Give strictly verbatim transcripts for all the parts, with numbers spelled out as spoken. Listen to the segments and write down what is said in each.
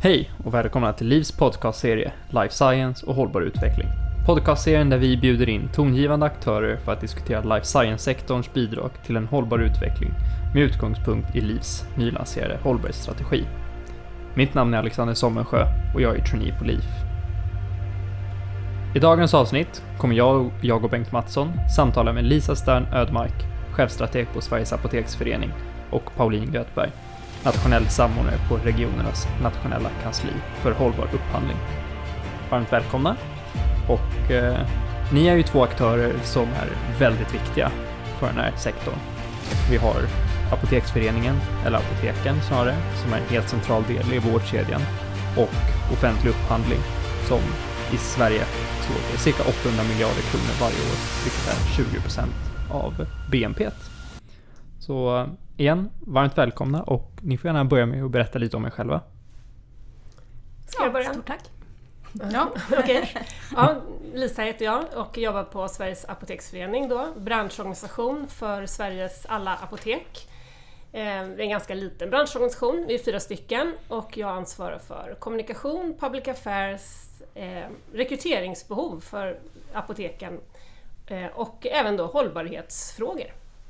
Hej och välkomna till Livs podcastserie Life Science och hållbar utveckling. Podcastserien där vi bjuder in tongivande aktörer för att diskutera life science-sektorns bidrag till en hållbar utveckling med utgångspunkt i Livs nylanserade hållbarhetsstrategi. Mitt namn är Alexander Sommersjö och jag är trainee på Liv. I dagens avsnitt kommer jag, jag och Bengt Mattsson samtala med Lisa Stern Ödmark, chefstrateg på Sveriges Apoteksförening, och Pauline Göthberg, nationell samordnare på regionernas nationella kansli för hållbar upphandling. Varmt välkomna. Och eh, ni är ju två aktörer som är väldigt viktiga för den här sektorn. Vi har Apoteksföreningen, eller apoteken snarare, som är en helt central del i vårdkedjan, och offentlig upphandling som i Sverige står för cirka åttahundra miljarder kronor varje år, vilket är tjugo procent av B N P. Så igen, varmt välkomna, och ni får gärna börja med att berätta lite om er själva. Ska jag börja? Stort tack. Ja, okej. Okay. Ja, Lisa heter jag och jobbar på Sveriges Apoteksförening då, branschorganisation för Sveriges alla apotek. Det är en ganska liten branschorganisation, vi är fyra stycken, och jag ansvarar för kommunikation, public affairs, eh, rekryteringsbehov för apoteken eh, och även då hållbarhetsfrågor.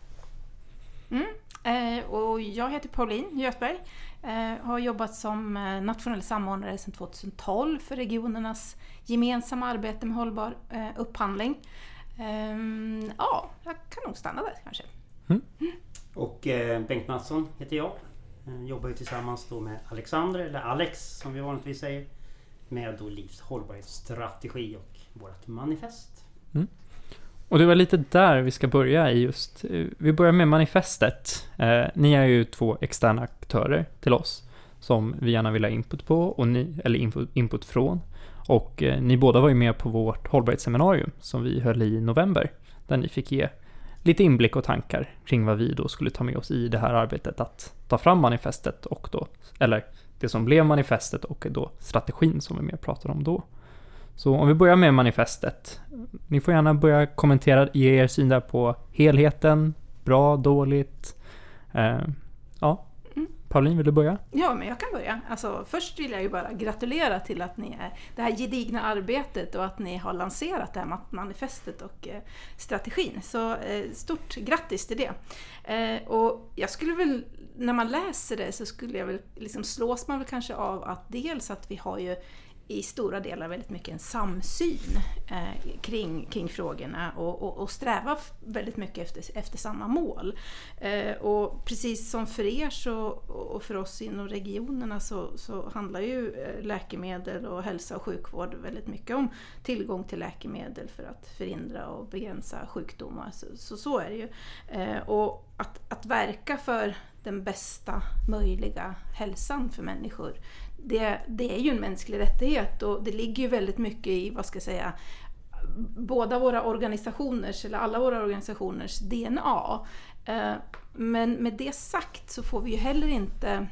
Mm. Eh, och jag heter Pauline Göthberg, eh, har jobbat som eh, nationell samordnare sedan tjugohundratolv för regionernas gemensamma arbete med hållbar eh, upphandling. Eh, ja, jag kan nog stanna där kanske. Mm. Mm. Och eh, Bengt Mattsson heter jag, eh, jobbar ju tillsammans då med Alexander, eller Alex som vi vanligtvis säger, med då Livs hållbarhetsstrategi och vårt manifest. Mm. Och det var lite där vi ska börja i just, vi börjar med manifestet. Eh, ni är ju två externa aktörer till oss som vi gärna vill ha input på, och ni, eller input, input från. Och eh, ni båda var ju med på vårt hållbarhetsseminarium som vi höll i november, där ni fick ge lite inblick och tankar kring vad vi då skulle ta med oss i det här arbetet att ta fram manifestet, och då, eller det som blev manifestet och då strategin som vi mer pratade om då. Så om vi börjar med manifestet. Ni får gärna börja kommentera, ge er syn där på helheten, bra, dåligt. Eh, ja, mm. Pauline, vill du börja? Ja, men jag kan börja. Alltså, först vill jag ju bara gratulera till att ni är det här gedigna arbetet och att ni har lanserat det här manifestet och eh, strategin. Så eh, stort grattis till det. Eh, och jag skulle väl, när man läser det så skulle jag väl, liksom slås man väl kanske av att dels att vi har ju i stora delar väldigt mycket en samsyn eh, kring, kring frågorna och, och, och sträva väldigt mycket efter, efter samma mål. Eh, och precis som för er så, och för oss inom regionerna så, så handlar ju läkemedel och hälsa och sjukvård väldigt mycket om tillgång till läkemedel för att förhindra och begränsa sjukdomar. Så så, så är det ju. Eh, och att, att verka för den bästa möjliga hälsan för människor, Det, det är ju en mänsklig rättighet, och det ligger ju väldigt mycket i, vad ska jag säga, båda våra organisationers, eller alla våra organisationers D N A. Men med det sagt så får vi ju heller inte,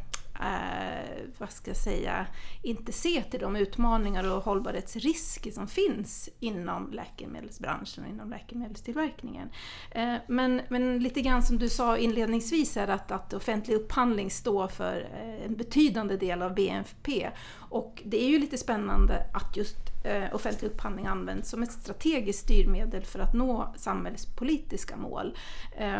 eh, vad ska jag säga, inte se till de utmaningar och hållbarhetsrisker som finns inom läkemedelsbranschen och inom läkemedelstillverkningen. Eh, men, men lite grann som du sa inledningsvis är att, att offentlig upphandling står för en betydande del av B N P, och det är ju lite spännande att just eh, offentlig upphandling används som ett strategiskt styrmedel för att nå samhällspolitiska mål. Eh,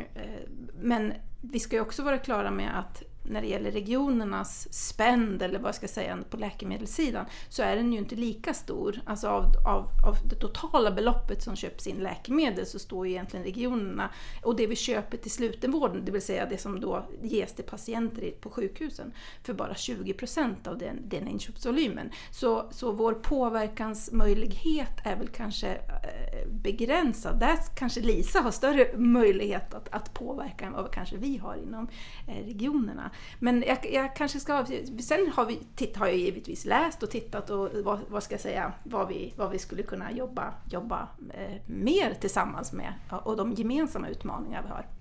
men vi ska ju också vara klara med att när det gäller regionernas spänd, eller vad ska jag säga, på läkemedelssidan, så är den ju inte lika stor. Alltså av, av, av det totala beloppet som köps in läkemedel så står ju egentligen regionerna, och det vi köper till slutenvården, det vill säga det som då ges till patienter på sjukhusen, för bara tjugo procent av den, den inköpsvolymen. Så, så vår påverkansmöjlighet är väl kanske eh, begränsad. Där kanske Lisa har större möjlighet att, att påverka än vad kanske vi har inom eh, regionerna. Men jag, jag kanske ska, sen har, vi, titt, har jag givetvis läst och tittat och vad, vad ska jag säga, vad vi, vad vi skulle kunna jobba, jobba eh, mer tillsammans med, och de gemensamma utmaningar vi har.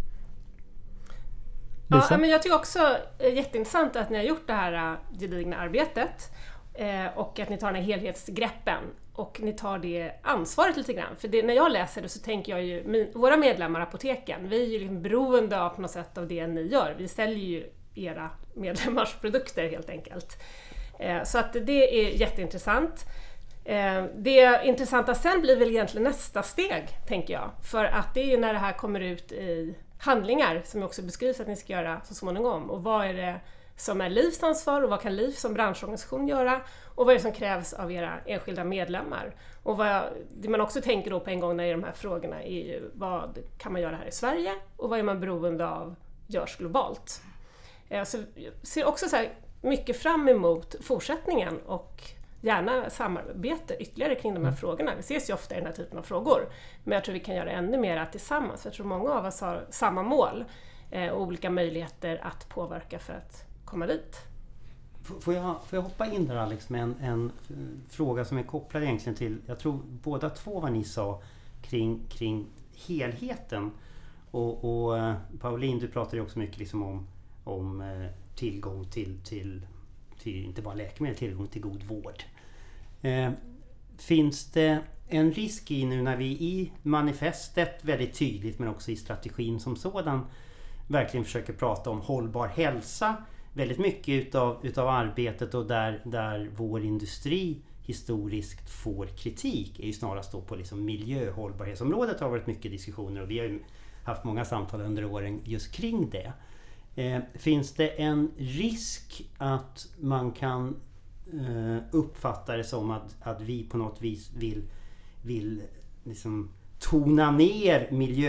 Ja, men jag tycker också det är jätteintressant att ni har gjort det här gedigna arbetet eh, och att ni tar den här helhetsgreppen och ni tar det ansvaret lite grann. För det, när jag läser det så tänker jag ju, min, våra medlemmar apoteken, vi är ju liksom beroende av på något sätt av det ni gör. Vi säljer ju era medlemmars produkter helt enkelt. Eh, så att det är jätteintressant. Eh, det intressanta sen blir väl egentligen nästa steg, tänker jag. För att det är när det här kommer ut i handlingar som också beskrivs att ni ska göra så småningom. Och vad är det som är Livs ansvar och vad kan Liv som branschorganisation göra? Och vad är det som krävs av era enskilda medlemmar? Och vad, det man också tänker då på en gång när det är de här frågorna är ju vad kan man göra här i Sverige och vad är man beroende av görs globalt? Eh, så jag ser också så här mycket fram emot fortsättningen och gärna samarbete ytterligare kring de här frågorna. Vi ses ju ofta i den här typen av frågor, men jag tror vi kan göra ännu mer tillsammans. Jag tror många av oss har samma mål eh, och olika möjligheter att påverka för att komma dit. Får jag, får jag hoppa in där Alex med en, en fråga som är kopplad egentligen till, jag tror båda två vad ni sa kring, kring helheten. Och, och Pauline, du pratade ju också mycket liksom om, om tillgång till, till, till inte bara läkemedel, tillgång till god vård. Eh, finns det en risk i nu när vi i manifestet väldigt tydligt men också i strategin som sådan verkligen försöker prata om hållbar hälsa, väldigt mycket utav, utav arbetet och där, där vår industri historiskt får kritik är ju snarast då på liksom miljöhållbarhetsområdet har varit mycket diskussioner och vi har ju haft många samtal under åren just kring det. Eh, finns det en risk att man kan eh, uppfatta det som att, att vi på något vis vill, vill liksom tona ner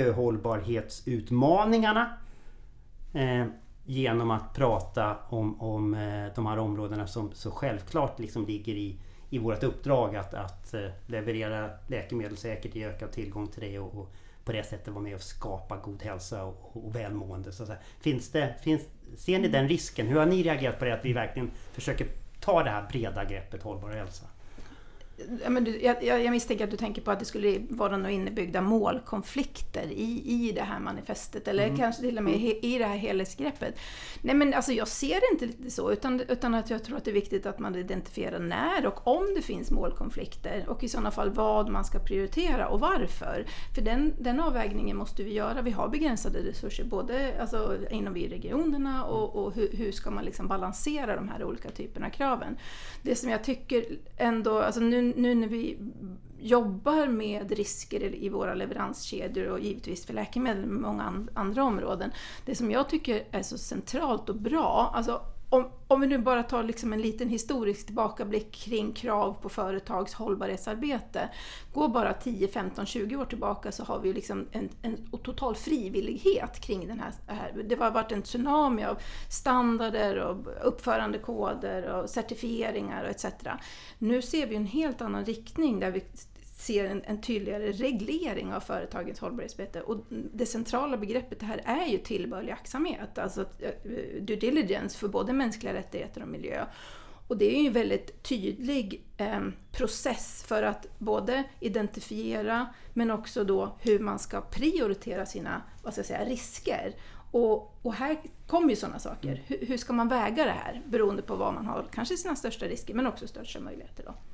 miljöhållbarhetsutmaningarna eh, genom att prata om, om eh, de här områdena som så självklart liksom ligger i, i vårt uppdrag att, att eh, leverera läkemedel säkert, ge ökad tillgång till det och, och på det sättet vara med och skapa god hälsa och, och välmående. Så, så här. Finns det, finns, ser ni den risken? Hur har ni reagerat på det att vi verkligen försöker ta det här breda greppet hållbar hälsa? Ja, men du, jag, jag misstänker att du tänker på att det skulle vara några innebyggda målkonflikter i, i det här manifestet eller mm. kanske till och med he, i det här helhetsgreppet. Nej, men alltså jag ser det inte lite så utan, utan att jag tror att det är viktigt att man identifierar när och om det finns målkonflikter och i sådana fall vad man ska prioritera och varför. För den, den avvägningen måste vi göra. Vi har begränsade resurser både alltså, inom vi regionerna och, och hur, hur ska man liksom balansera de här olika typerna av kraven. Det som jag tycker ändå, alltså nu Nu när vi jobbar med risker i våra leveranskedjor och givetvis för läkemedel med många andra områden. Det som jag tycker är så centralt och bra, alltså om, om vi nu bara tar liksom en liten historisk tillbakablick kring krav på företags hållbarhetsarbete. Går bara tio, femton, tjugo år tillbaka så har vi liksom en, en total frivillighet kring den här, här. Det har varit en tsunami av standarder och uppförandekoder och certifieringar och et cetera. Nu ser vi en helt annan riktning där vi ser en, en tydligare reglering av företagens hållbarhetsarbete. Och det centrala begreppet det här är ju tillbörlig aktsamhet, alltså due diligence för både mänskliga rättigheter och miljö. Och det är ju en väldigt tydlig eh, process för att både identifiera men också då hur man ska prioritera sina vad ska jag säga, risker. Och, och här kommer ju sådana saker. Hur, hur ska man väga det här beroende på vad man har, kanske sina största risker men också största möjligheter då.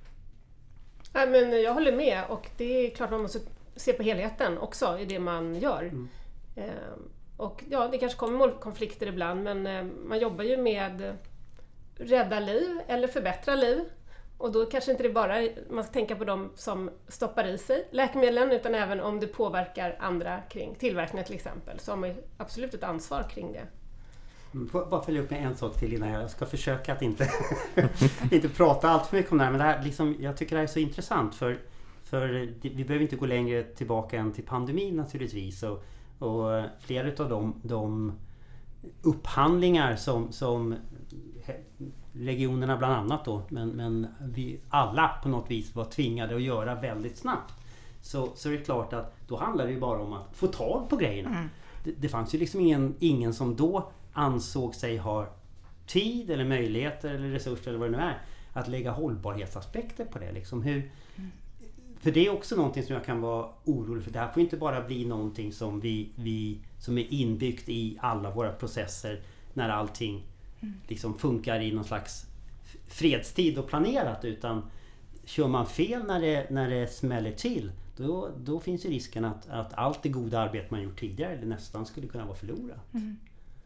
Ja, men jag håller med och det är klart man måste se på helheten också i det man gör. Mm. Eh, och ja, det kanske kommer målkonflikter ibland men eh, man jobbar ju med rädda liv eller förbättra liv. Och då kanske inte det bara man ska tänka på dem som stoppar i sig läkemedlen utan även om det påverkar andra kring tillverkningen till exempel. Så har man absolut ett ansvar kring det. Får jag bara följa upp med en sak till innan jag ska försöka att inte, inte prata allt för mycket om det här. Men det här liksom, jag tycker det här är så intressant för, för vi behöver inte gå längre tillbaka än till pandemin naturligtvis. Och, och flera av de, de upphandlingar som, som regionerna bland annat då, men, men vi alla på något vis var tvingade att göra väldigt snabbt. Så, så är det klart att då handlar det ju bara om att få tag på grejerna. Mm. Det, det fanns ju liksom ingen, ingen som då ansåg sig ha tid eller möjligheter eller resurser eller vad det nu är att lägga hållbarhetsaspekter på det. Liksom hur, mm. För det är också någonting som jag kan vara orolig för. Det här får inte bara bli någonting som, vi, vi, som är inbyggt i alla våra processer när allting mm. liksom funkar i någon slags fredstid och planerat, utan kör man fel när det, när det smäller till då, då finns ju risken att, att allt det goda arbete man gjort tidigare eller nästan skulle kunna vara förlorat. Mm.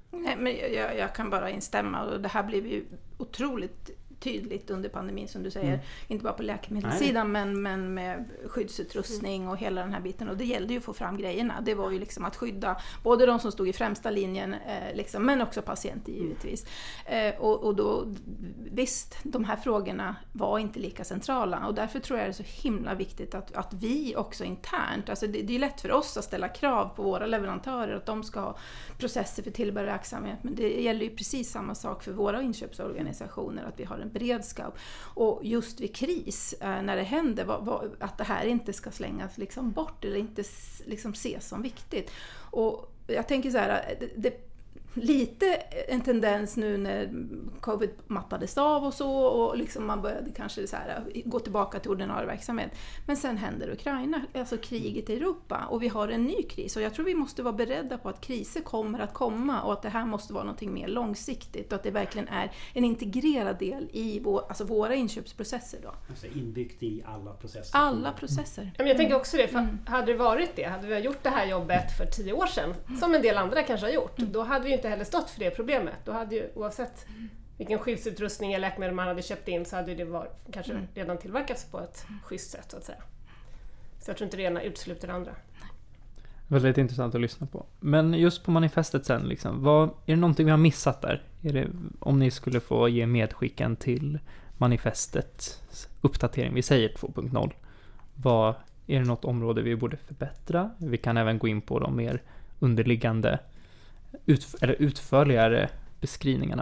Nej, men jag, jag kan bara instämma, och det här blev ju otroligt tydligt under pandemin som du säger, mm. inte bara på läkemedelssidan men, men med skyddsutrustning och hela den här biten, och det gällde ju att få fram grejerna. Det var ju liksom att skydda både de som stod i främsta linjen eh, liksom, men också patienter givetvis. Eh, och, och då visst, de här frågorna var inte lika centrala, och därför tror jag det är så himla viktigt att, att vi också internt, alltså det, det är lätt för oss att ställa krav på våra leverantörer att de ska ha processer för tillbörlig verksamhet, men det gäller ju precis samma sak för våra inköpsorganisationer, att vi har en beredskap. Och just vid kris, eh, när det händer, vad, vad, att det här inte ska slängas liksom bort eller inte liksom ses som viktigt. Och jag tänker så här, det, det lite en tendens nu när covid mattades av och så, och liksom man började kanske så här, gå tillbaka till ordinarie verksamhet. Men sen händer Ukraina, alltså kriget i Europa, och vi har en ny kris, och jag tror vi måste vara beredda på att kriser kommer att komma, och att det här måste vara något mer långsiktigt, och att det verkligen är en integrerad del i vår, alltså våra inköpsprocesser då. Alltså inbyggt i alla processer. Alla processer. Mm. Men jag tänker också det, för hade det varit det, hade vi gjort det här jobbet för tio år sedan, som en del andra kanske har gjort, då hade vi inte heller stått för det problemet. Då hade ju, oavsett vilken skyddsutrustning eller läkemedel man hade köpt in, så hade det var, kanske mm. redan tillverkats på ett schysst sätt så att säga. Så jag tror inte det ena utesluter det andra. Väldigt intressant att lyssna på. Men just på manifestet sen, liksom, vad, är det någonting vi har missat där? Är det, om ni skulle få ge medskicken till manifestets uppdatering, vi säger två punkt noll, vad, är det något område vi borde förbättra? Vi kan även gå in på de mer underliggande Utf- eller utförligare beskrivningarna.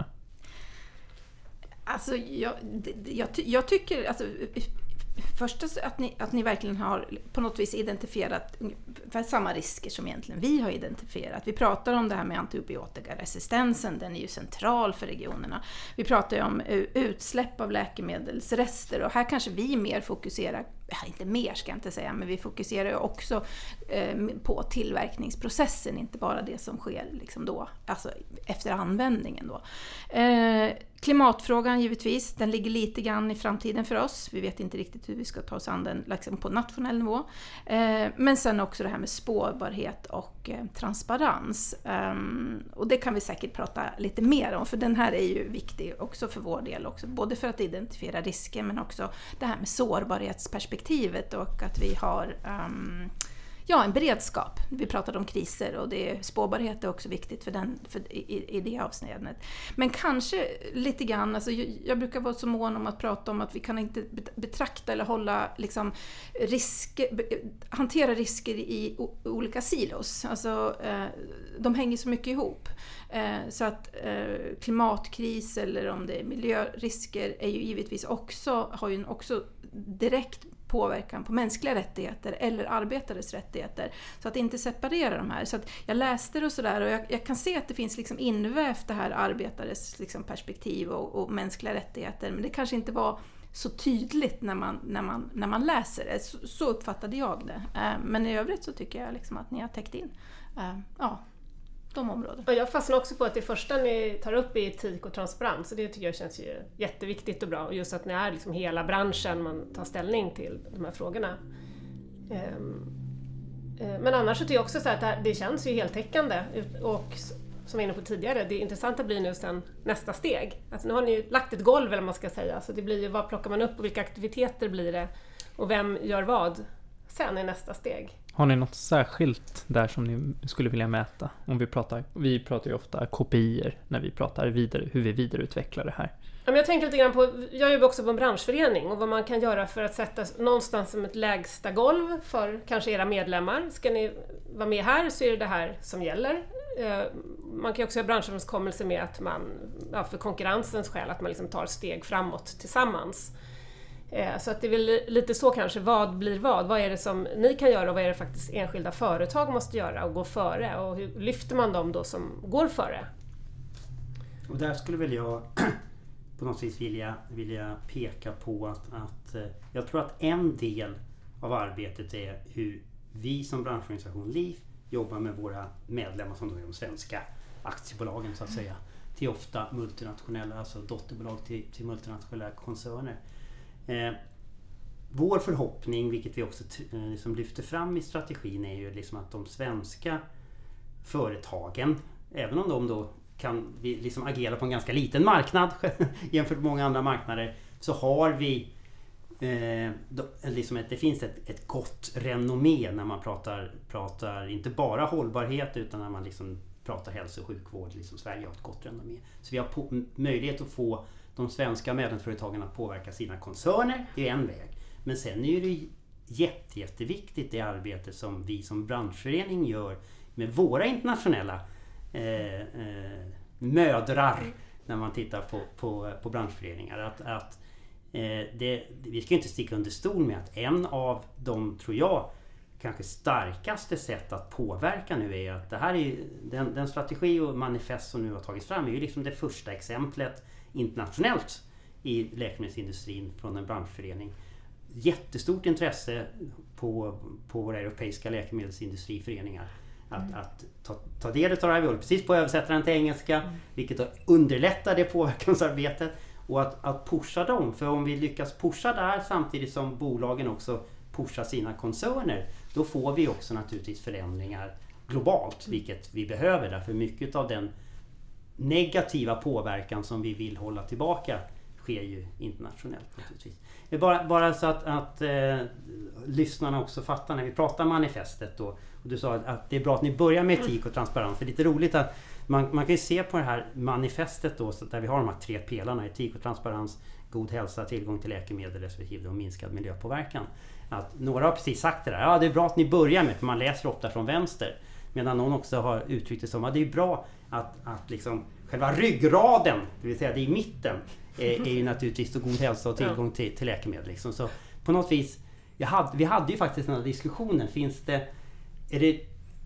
Alltså jag, jag, jag tycker alltså, först att ni, att ni verkligen har på något vis identifierat samma risker som egentligen vi har identifierat. Vi pratar om det här med antibiotikaresistensen, den är ju central för regionerna. Vi pratar ju om utsläpp av läkemedelsrester, och här kanske vi mer fokuserar, inte mer ska jag inte säga, men vi fokuserar ju också eh, på tillverkningsprocessen, inte bara det som sker liksom då, alltså efter användningen då. Eh, klimatfrågan givetvis, den ligger lite grann i framtiden för oss. Vi vet inte riktigt hur vi ska ta oss an den liksom på nationell nivå. Eh, men sen också det här med spårbarhet och eh, transparens. Eh, och det kan vi säkert prata lite mer om, för den här är ju viktig också för vår del också, både för att identifiera risker men också det här med sårbarhetsperspektivet, och att vi har um, ja, en beredskap. Vi pratade om kriser, och det, spårbarhet är också viktigt för den, för, i, i det avsnittet. Men kanske lite grann, alltså, jag, jag brukar vara så mån om att prata om att vi kan inte betrakta eller hålla liksom, risker, hantera risker i o, olika silos. Alltså, eh, de hänger så mycket ihop. Eh, så att eh, klimatkris eller om det är miljörisker är ju givetvis också, har ju också direkt påverkan på mänskliga rättigheter eller arbetares rättigheter. Så att inte separera de här. Så att jag läste det och sådär, och jag, jag kan se att det finns liksom invävt det här arbetares liksom perspektiv och, och mänskliga rättigheter, men det kanske inte var så tydligt när man, när man, när man läser det. Så, så uppfattade jag det. Eh, men i övrigt så tycker jag liksom att ni har täckt in eh, ja, de områden. Och jag fastnar också på att det första ni tar upp är etik och transparens, och det tycker jag känns ju jätteviktigt och bra, och just att ni är liksom hela branschen, man tar ställning till de här frågorna. Men annars så tycker jag också så att det känns ju heltäckande, och som jag var inne på tidigare, det intressanta blir nu sen nästa steg. Alltså nu har ni ju lagt ett golv, eller vad man ska säga, så det blir ju vad plockar man upp och vilka aktiviteter blir det och vem gör vad sen i nästa steg. Har ni något särskilt där som ni skulle vilja mäta? Om vi pratar, vi pratar ju ofta K P I när vi pratar vidare, hur vi vidareutvecklar det här. Jag tänker lite grann på, jag jobbar också på en branschförening, och vad man kan göra för att sätta någonstans som ett lägsta golv för kanske era medlemmar. Ska ni vara med här så är det det här som gäller. Man kan också göra branschöverenskommelser med att man, ja, för konkurrensens skäl, att man liksom tar steg framåt tillsammans. Så att det är väl lite så kanske, vad blir vad? Vad är det som ni kan göra och vad är det faktiskt enskilda företag måste göra och gå före? Och hur lyfter man dem då som går före? Och där skulle väl jag på något vis vilja, vilja peka på att, att jag tror att en del av arbetet är hur vi som branschorganisation L I F jobbar med våra medlemmar som då är de svenska aktiebolagen så att säga, till ofta multinationella, alltså dotterbolag till, till multinationella koncerner. Eh, vår förhoppning, vilket vi också t- liksom lyfter fram i strategin, är ju liksom att de svenska företagen, även om de då kan vi liksom agera på en ganska liten marknad jämfört med många andra marknader, så har vi eh, då, liksom ett, det finns ett, ett gott renommé när man pratar, pratar inte bara hållbarhet utan när man liksom pratar hälso- och sjukvård. Liksom Sverige har ett gott renommé. Så vi har på, möjlighet att få de svenska medlemsföretagen att påverka sina koncerner, det är en väg. Men sen är det jätte, jätteviktigt det arbete som vi som branschförening gör med våra internationella eh, eh, mödrar när man tittar på, på, på branschföreningar. Att, att, eh, det, vi ska inte sticka under stol med att en av de, tror jag, kanske starkaste sätt att påverka nu är att det här är den, den strategi och manifest som nu har tagits fram är ju liksom det första exemplet internationellt i läkemedelsindustrin från en branschförening. Jättestort intresse på, på våra europeiska läkemedelsindustriföreningar att, mm. att ta, ta del av det här. Vi håller precis på att översätta den till engelska, mm. vilket underlättar det påverkansarbetet, och att, att pusha dem. För om vi lyckas pusha där samtidigt som bolagen också pushar sina koncerner, då får vi också naturligtvis förändringar globalt, mm. vilket vi behöver. Därför mycket av den negativa påverkan som vi vill hålla tillbaka sker ju internationellt naturligtvis. Bara, bara så att, att eh, lyssnarna också fattar när vi pratar manifestet då, och du sa att det är bra att ni börjar med etik och transparens. För det är lite roligt att man, man kan ju se på det här manifestet då, så där vi har de här tre pelarna: etik och transparens, god hälsa, tillgång till läkemedel respektive och minskad miljöpåverkan. Att några har precis sagt det där, ja det är bra att ni börjar med, för man läser ofta från vänster. Medan någon också har uttryckt det som att det är bra att, att liksom själva ryggraden, det vill säga det i mitten, är, är ju naturligtvis så god hälsa och tillgång till, till läkemedel. Liksom. Så på något vis, jag hade, vi hade ju faktiskt den här diskussionen, finns det, är det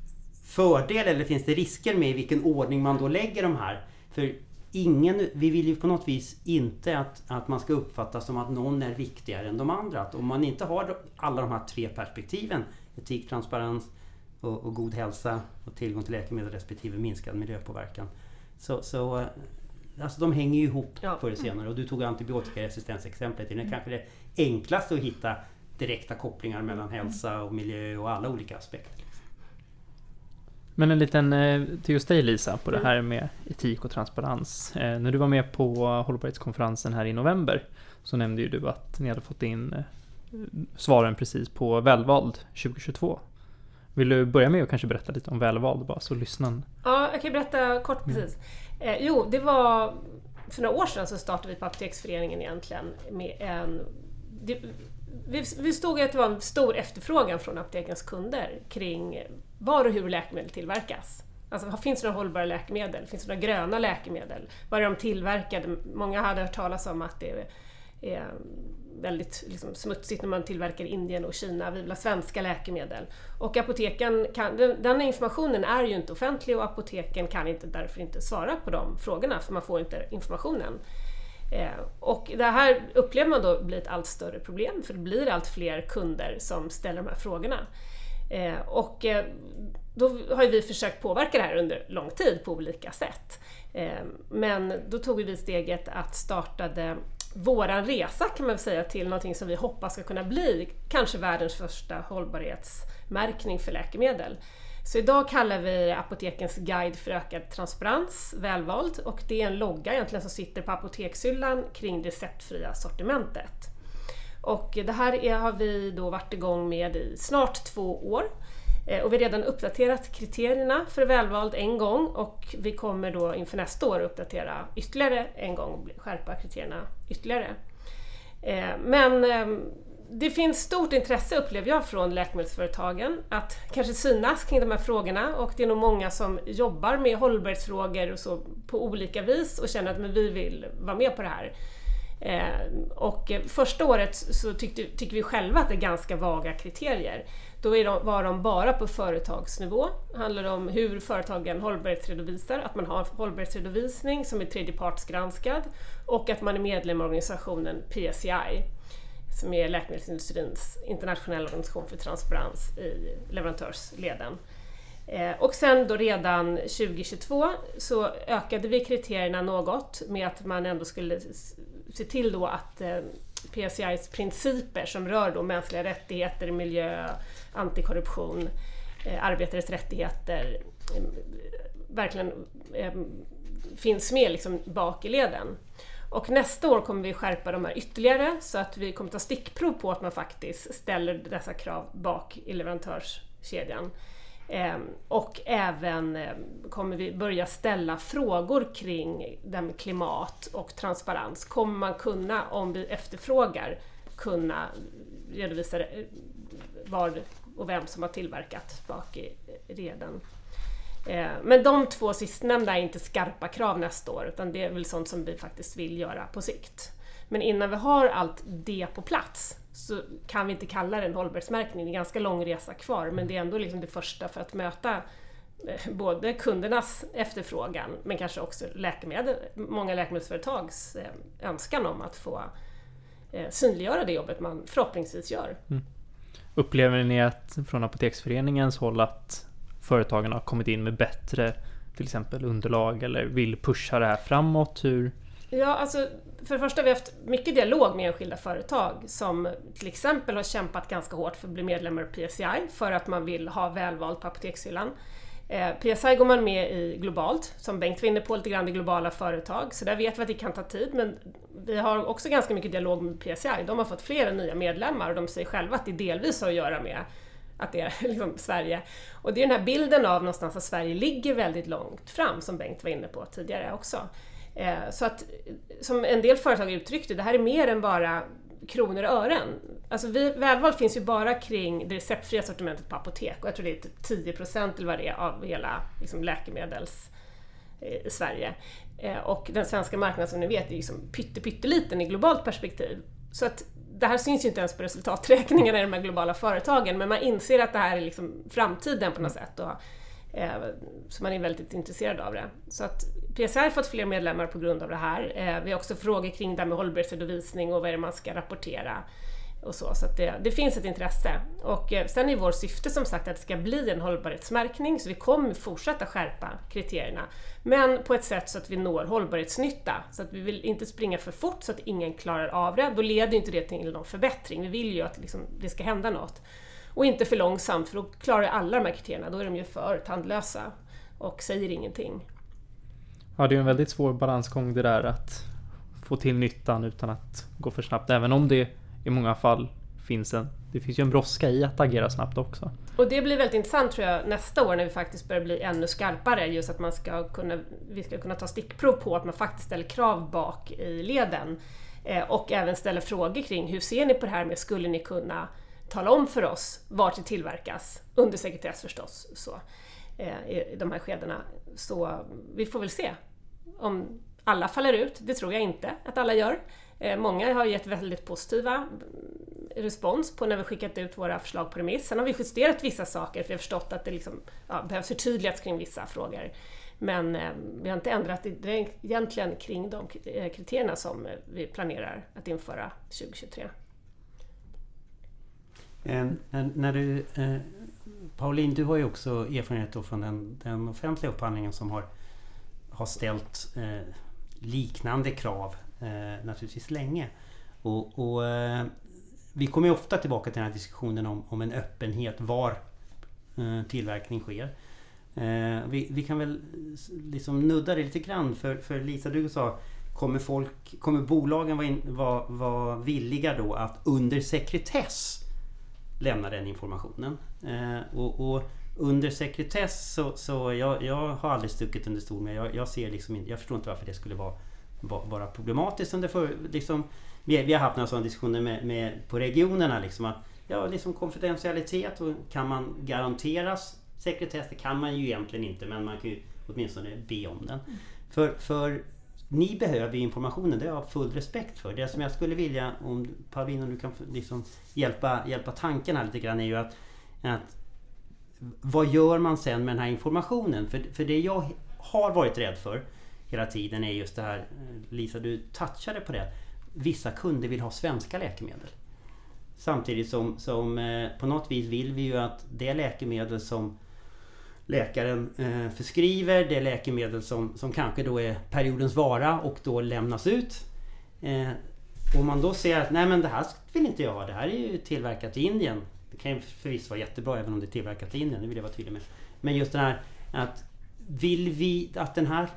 fördel eller finns det risker med i vilken ordning man då lägger de här? För ingen, vi vill ju på något vis inte att, att man ska uppfatta som att någon är viktigare än de andra. Att om man inte har alla de här tre perspektiven, etik, transparens och, och god hälsa och tillgång till läkemedel respektive minskad miljöpåverkan, så, så alltså de hänger ju ihop ja. Förr och senare. Och du tog antibiotikaresistensexemplet. Det är kanske det enklaste att hitta direkta kopplingar mellan hälsa och miljö och alla olika aspekter. Men en liten eh, till just dig Lisa på det här med etik och transparens. Eh, när du var med på hållbarhetskonferensen här i november så nämnde ju du att ni hade fått in eh, svaren precis på Välvald tjugohundratjugotvå. Vill du börja med att kanske berätta lite om Välvald bara så lyssnar? Ja, jag kan berätta kort precis. Eh, jo, det var för några år sedan så startade vi på Apoteksföreningen egentligen med en... Det, vi, vi stod i att det var en stor efterfrågan från apotekens kunder kring var och hur läkemedel tillverkas. Alltså finns det några hållbara läkemedel? Finns det några gröna läkemedel? Var är de tillverkade? Många hade hört talas om att det är väldigt liksom, smutsigt när man tillverkar i Indien och Kina. Vi vill ha svenska läkemedel. Och apoteken kan, den, den informationen är ju inte offentlig och apoteken kan inte, därför inte svara på de frågorna för man får inte informationen. Eh, och det här upplever man då blir ett allt större problem för det blir allt fler kunder som ställer de här frågorna. Eh, och eh, då har vi försökt påverka det här under lång tid på olika sätt. Eh, men då tog vi steget att startade våran resa kan man säga till någonting som vi hoppas ska kunna bli kanske världens första hållbarhetsmärkning för läkemedel. Så idag kallar vi Apotekens guide för ökad transparens Välvald och det är en logga egentligen som sitter på apotekshyllan kring det receptfria sortimentet. Och det här är, har vi då varit igång med i snart två år och vi har redan uppdaterat kriterierna för Välvald en gång och vi kommer då inför nästa år uppdatera ytterligare en gång och skärpa kriterierna ytterligare. Men det finns stort intresse upplever jag från läkemedelsföretagen att kanske synas kring de här frågorna och det är nog många som jobbar med hållbarhetsfrågor och så på olika vis och känner att men vi vill vara med på det här. Eh, och första året så tyckte, tycker vi själva att det är ganska vaga kriterier. Då är de, var de bara på företagsnivå. Det handlar om hur företagen hållbarhetsredovisar, att man har hållbarhetsredovisning som är tredjepartsgranskad och att man är medlem i organisationen P S C I som är läkemedelsindustrins internationella organisation för transparens i leverantörsleden. Eh, och sen då redan tjugohundratjugotvå så ökade vi kriterierna något med att man ändå skulle se till då att eh, P S C I:s principer som rör då mänskliga rättigheter, miljö, antikorruption, eh, arbetares rättigheter eh, verkligen eh, finns med liksom bak i leden. Och nästa år kommer vi skärpa de här ytterligare så att vi kommer ta stickprov på att man faktiskt ställer dessa krav bak i leverantörskedjan. Eh, och även eh, kommer vi börja ställa frågor kring det med klimat och transparens. Kommer man kunna, om vi efterfrågar, kunna redovisa var och vem som har tillverkat bak i reden. Eh, men de två sistnämnda är inte skarpa krav nästa år, utan det är väl sånt som vi faktiskt vill göra på sikt. Men innan vi har allt det på plats så kan vi inte kalla det en hållbarhetsmärkning. Det är en ganska lång resa kvar, men det är ändå liksom det första för att möta både kundernas efterfrågan men kanske också läkemedel, många läkemedelsföretags önskan om att få synliggöra det jobbet man förhoppningsvis gör. Mm. Upplever ni att från Apoteksföreningens håll att företagen har kommit in med bättre till exempel underlag eller vill pusha det här framåt? Hur? Ja, alltså för det första har vi haft mycket dialog med enskilda företag som till exempel har kämpat ganska hårt för att bli medlemmar i P S I för att man vill ha välvalt på apotekshyllan. Eh, P S I går man med i globalt, som Bengt var inne på, lite grann i globala företag, så där vet vi att det kan ta tid, men vi har också ganska mycket dialog med P S I. De har fått flera nya medlemmar och de säger själva att det delvis har att göra med att det är liksom Sverige. Och det är den här bilden av någonstans att Sverige ligger väldigt långt fram, som Bengt var inne på tidigare också. Eh, så att, som en del företag uttryckte, det här är mer än bara kronor och ören. Alltså vi, välvalt finns ju bara kring det receptfria sortimentet på apotek, och jag tror det är typ tio procent eller vad det är av hela liksom, läkemedels i Sverige. Eh, och den svenska marknaden som ni vet är liksom pytte, pytteliten i globalt perspektiv. Så att det här syns ju inte ens på resultaträkningarna i de här globala företagen, men man inser att det här är liksom framtiden på något sätt. Och, eh, så man är väldigt intresserad av det. Så att P S I har fått fler medlemmar på grund av det här. Eh, vi har också frågor kring det med hållbarhetsredovisning och vad är det man ska rapportera. Och så så att det, det finns ett intresse. Och eh, sen är vår syfte som sagt att det ska bli en hållbarhetsmärkning, så vi kommer fortsätta skärpa kriterierna. Men på ett sätt så att vi når hållbarhetsnytta. Så att vi vill inte springa för fort så att ingen klarar av det. Då leder inte det till någon förbättring. Vi vill ju att liksom, det ska hända något. Och inte för långsamt, för då klarar alla de här kriterierna. Då är de ju för tandlösa och säger ingenting. Ja, det är en väldigt svår balansgång det där att få till nyttan utan att gå för snabbt. Även om det i många fall finns en, det finns ju en brådska i att agera snabbt också. Och det blir väldigt intressant tror jag nästa år när vi faktiskt börjar bli ännu skarpare, just att man ska kunna, vi ska kunna ta stickprov på att man faktiskt ställer krav bak i leden eh, och även ställer frågor kring hur ser ni på det här med, skulle ni kunna tala om för oss vart det tillverkas, under sekretess förstås, så, eh, i de här skedena. Så vi får väl se om alla faller ut, det tror jag inte att alla gör. Många har gett väldigt positiva respons på när vi skickat ut våra förslag på remiss. Sen har vi justerat vissa saker för vi har förstått att det liksom, ja, behövs förtydligas kring vissa frågor. Men eh, vi har inte ändrat det egentligen kring de kriterierna som vi planerar att införa tjugohundratjugotre. Eh, när du, eh, Pauline, du har ju också erfarenhet då från den, den offentliga upphandlingen som har, har ställt eh, liknande krav Eh, naturligtvis länge. Och, och eh, vi kommer ju ofta tillbaka till den här diskussionen om, om en öppenhet var eh, tillverkning sker. Eh, vi, vi kan väl liksom nudda det lite grann för, för Lisa, du sa, kommer, folk, kommer bolagen vara, in, vara, vara villiga då att under sekretess lämna den informationen? Eh, och, och under sekretess så, så jag, jag har aldrig stuckit under stol med, jag, jag ser liksom inte, jag förstår inte varför det skulle vara vara problematiskt under för, liksom, vi, vi har haft några sådana diskussioner med, med, på regionerna liksom, att ja, liksom konfidentialitet, och kan man garanteras sekretess, det kan man ju egentligen inte, men man kan ju åtminstone be om den. Mm. För, för ni behöver informationen, det har jag full respekt för. Det som jag skulle vilja, om Pauline, om du kan liksom hjälpa, hjälpa tanken här lite grann, är ju att, att vad gör man sen med den här informationen? För, för det jag har varit rädd för hela tiden är just det här, Lisa, du touchade på det. Vissa kunder vill ha svenska läkemedel. Samtidigt som, som eh, på något vis vill vi ju att det läkemedel som läkaren eh, förskriver, det läkemedel som, som kanske då är periodens vara och då lämnas ut. Eh, och man då ser att nej, men det här vill inte jag ha, det här är ju tillverkat i Indien. Det kan ju förvisso vara jättebra även om det är tillverkat i Indien, det vill jag vara tydlig med. Men just det här att vill vi att den här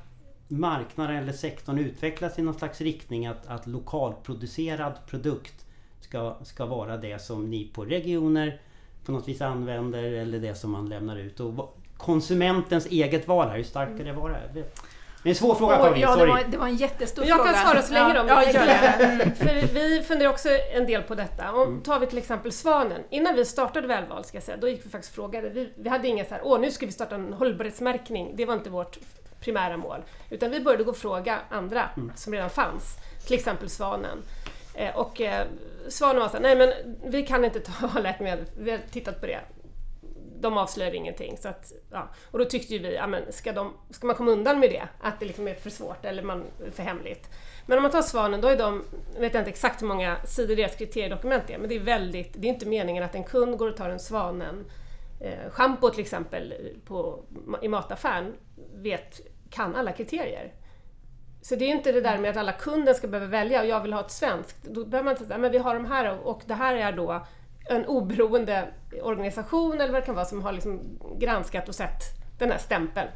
marknaden eller sektorn utvecklas i någon slags riktning att, att lokalproducerad produkt ska, ska vara det som ni på regioner på något vis använder eller det som man lämnar ut. Och konsumentens eget val här, hur starkt ska det vara? Det är en svår fråga, Pauline, ja, sorry. det var, det var en jättestor jag fråga. Jag kan svara så länge ja, om ja, gör det. mm. För vi funderar också en del på detta. Om tar vi till exempel Svanen. Innan vi startade Välval, ska jag säga, då gick vi faktiskt frågade. Vi, vi hade inga så här, åh nu ska vi starta en hållbarhetsmärkning. Det var inte vårt primära mål. Utan vi började gå och fråga andra mm. som redan fanns. Till exempel Svanen. Eh, och eh, Svanen var så här, nej men vi kan inte ta läkemedel. Vi har tittat på det. De avslöjar ingenting. Så att, ja. Och då tyckte ju vi, ja, men ska, de, ska man komma undan med det? Att det liksom är för svårt eller man, för hemligt. Men om man tar Svanen, då är de, jag vet inte exakt hur många sidor deras kriteriedokument är, men det är väldigt, det är inte meningen att en kund går och tar en Svanen eh, shampoo till exempel på, i mataffären, vet, kan alla kriterier. Så det är inte det där med att alla kunder ska behöva välja och jag vill ha ett svenskt. Då behöver man inte säga, men vi har de här och det här är då en oberoende organisation eller vad det kan vara som har liksom granskat och sett den här stämpeln.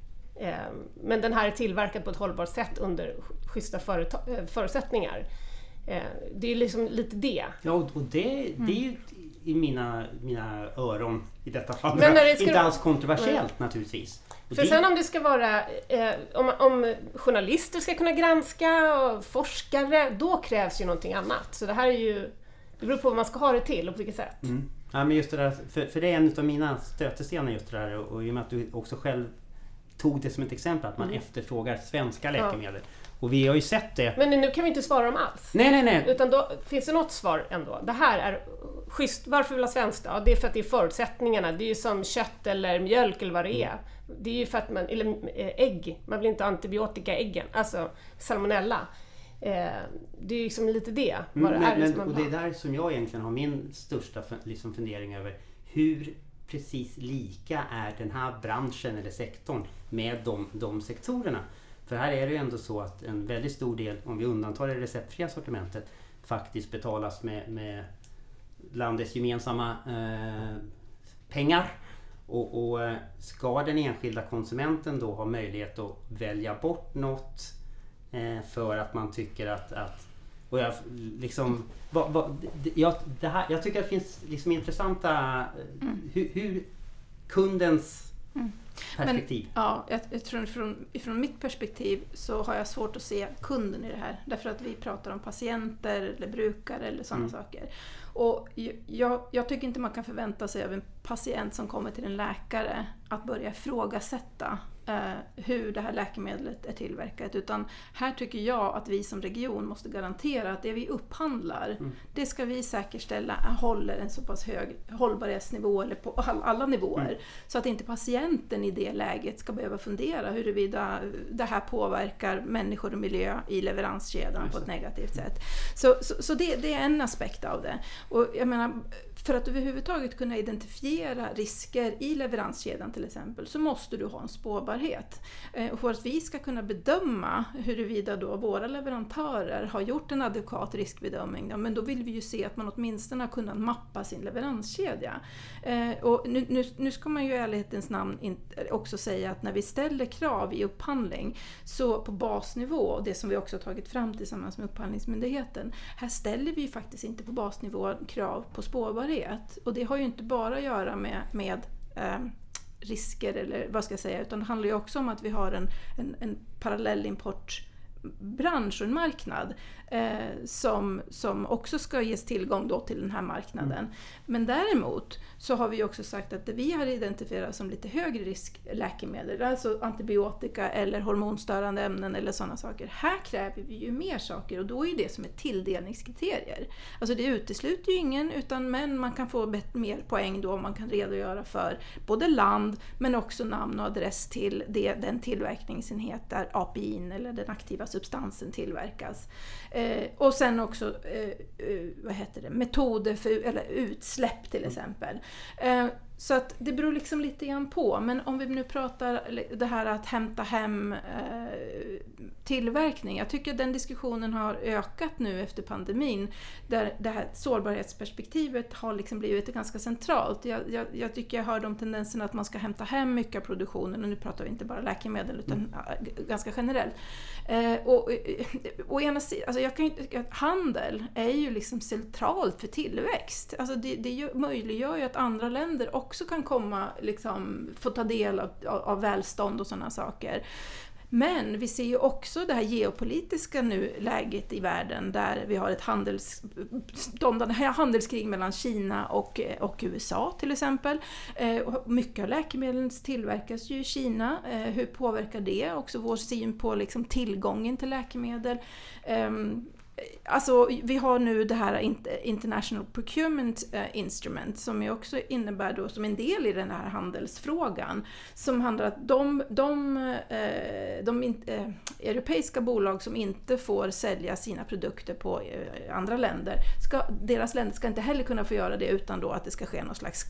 Men den här är tillverkad på ett hållbart sätt under schyssta förutsättningar. Det är liksom lite det. Ja, och det, det är ju i mina, mina öron i detta fall men det inte alls kontroversiellt mm. naturligtvis. Och för det... sen om det ska vara, eh, om, om journalister ska kunna granska och forskare, då krävs ju någonting annat. Så det här är ju, det beror på vad man ska ha det till och på vilket sätt. Mm. Ja, men just det där, för, för det är en av mina stötestenar just det där, och, och i och med att du också själv tog det som ett exempel att man mm. efterfrågar svenska läkemedel. Ja. Och vi har ju sett det. Men nu kan vi inte svara dem alls. Nej, nej, nej. Utan då finns det något svar ändå. Det här är schysst. Varför vill ha svenskt? Ja, det är för att det är förutsättningarna. Det är ju som kött eller mjölk eller vad det är. Det är ju för att man, eller ägg. Man vill inte ha antibiotika i äggen. Alltså salmonella. Eh, det är ju liksom lite det. Vad det men, är men, som man och det är där som jag egentligen har min största liksom fundering över. Hur precis lika är den här branschen eller sektorn med de, de sektorerna? För här är det ju ändå så att en väldigt stor del, om vi undantar det receptfria sortimentet, faktiskt betalas med, med landets gemensamma eh, pengar. Och, och ska den enskilda konsumenten då ha möjlighet att välja bort något eh, för att man tycker att, att och jag, liksom, vad, vad, jag, det här, jag tycker att det finns liksom intressanta mm. hur, hur kundens mm. perspektiv. Men, ja, jag, jag tror från, från mitt perspektiv så har jag svårt att se kunden i det här. Därför att vi pratar om patienter eller brukare eller sådana mm. saker. Och jag, jag tycker inte man kan förvänta sig av en patient som kommer till en läkare att börja ifrågasätta eh, hur det här läkemedlet är tillverkat. Utan här tycker jag att vi som region måste garantera att det vi upphandlar, mm. det ska vi säkerställa håller en så pass hög hållbarhetsnivå eller på all, alla nivåer. Mm. Så att inte patienten i det läget ska behöva fundera huruvida det här påverkar människor och miljö i leveranskedjan mm. på ett negativt sätt. Så, så, så det, det är en aspekt av det. Och jag menar, för att överhuvudtaget kunna identifiera risker i leveranskedjan till exempel så måste du ha en spårbarhet. Och för att vi ska kunna bedöma huruvida då våra leverantörer har gjort en adekvat riskbedömning, ja, men då vill vi ju se att man åtminstone har kunnat mappa sin leveranskedja. Och nu, nu, nu ska man ju i ärlighetens namn också säga att när vi ställer krav i upphandling så på basnivå, och det som vi också har tagit fram tillsammans med Upphandlingsmyndigheten, här ställer vi ju faktiskt inte på basnivå krav på spårbarhet. Och det har ju inte bara att göra med, med eh, risker eller vad ska jag säga, utan det handlar ju också om att vi har en, en, en parallell importbransch och en marknad eh, som, som också ska ges tillgång då till den här marknaden. Mm. Men däremot så har vi också sagt att det vi har identifierat som lite högre risk läkemedel, alltså antibiotika eller hormonstörande ämnen eller sådana saker. Här kräver vi ju mer saker och då är det som är tilldelningskriterier. Alltså det utesluter ju ingen, utan men man kan få mer poäng då om man kan redogöra för både land men också namn och adress till det, den tillverkningsenhet där A P I eller den aktiva substansen tillverkas. Eh, och sen också eh, eh, vad heter det, metoder för eller utsläpp till exempel. Eh, Så att det beror liksom lite grann på. Men om vi nu pratar det här att hämta hem eh, tillverkning. Jag tycker att den diskussionen har ökat nu efter pandemin. Där det här sårbarhetsperspektivet har liksom blivit ganska centralt. Jag, jag, jag tycker jag hör de tendenserna att man ska hämta hem mycket av produktionen. Och nu pratar vi inte bara läkemedel utan mm. ganska generellt. Eh, och, och ena sidan, alltså jag kan ju, handel är ju liksom centralt för tillväxt. Alltså det, det möjliggör ju att andra länder också kan komma, liksom, få ta del av, av, av välstånd och sådana saker. Men vi ser ju också det här geopolitiska nu läget i världen där vi har ett handels, de, det här handelskrig mellan Kina och, och U S A till exempel. Eh, mycket av läkemedel tillverkas ju i Kina. Eh, hur påverkar det också vår syn på liksom, tillgången till läkemedel? Eh, Alltså, vi har nu det här International Procurement Instrument som ju också innebär då som en del i den här handelsfrågan som handlar om att de, de, de, de europeiska bolag som inte får sälja sina produkter på andra länder, ska, deras länder ska inte heller kunna få göra det utan då att det ska ske någon slags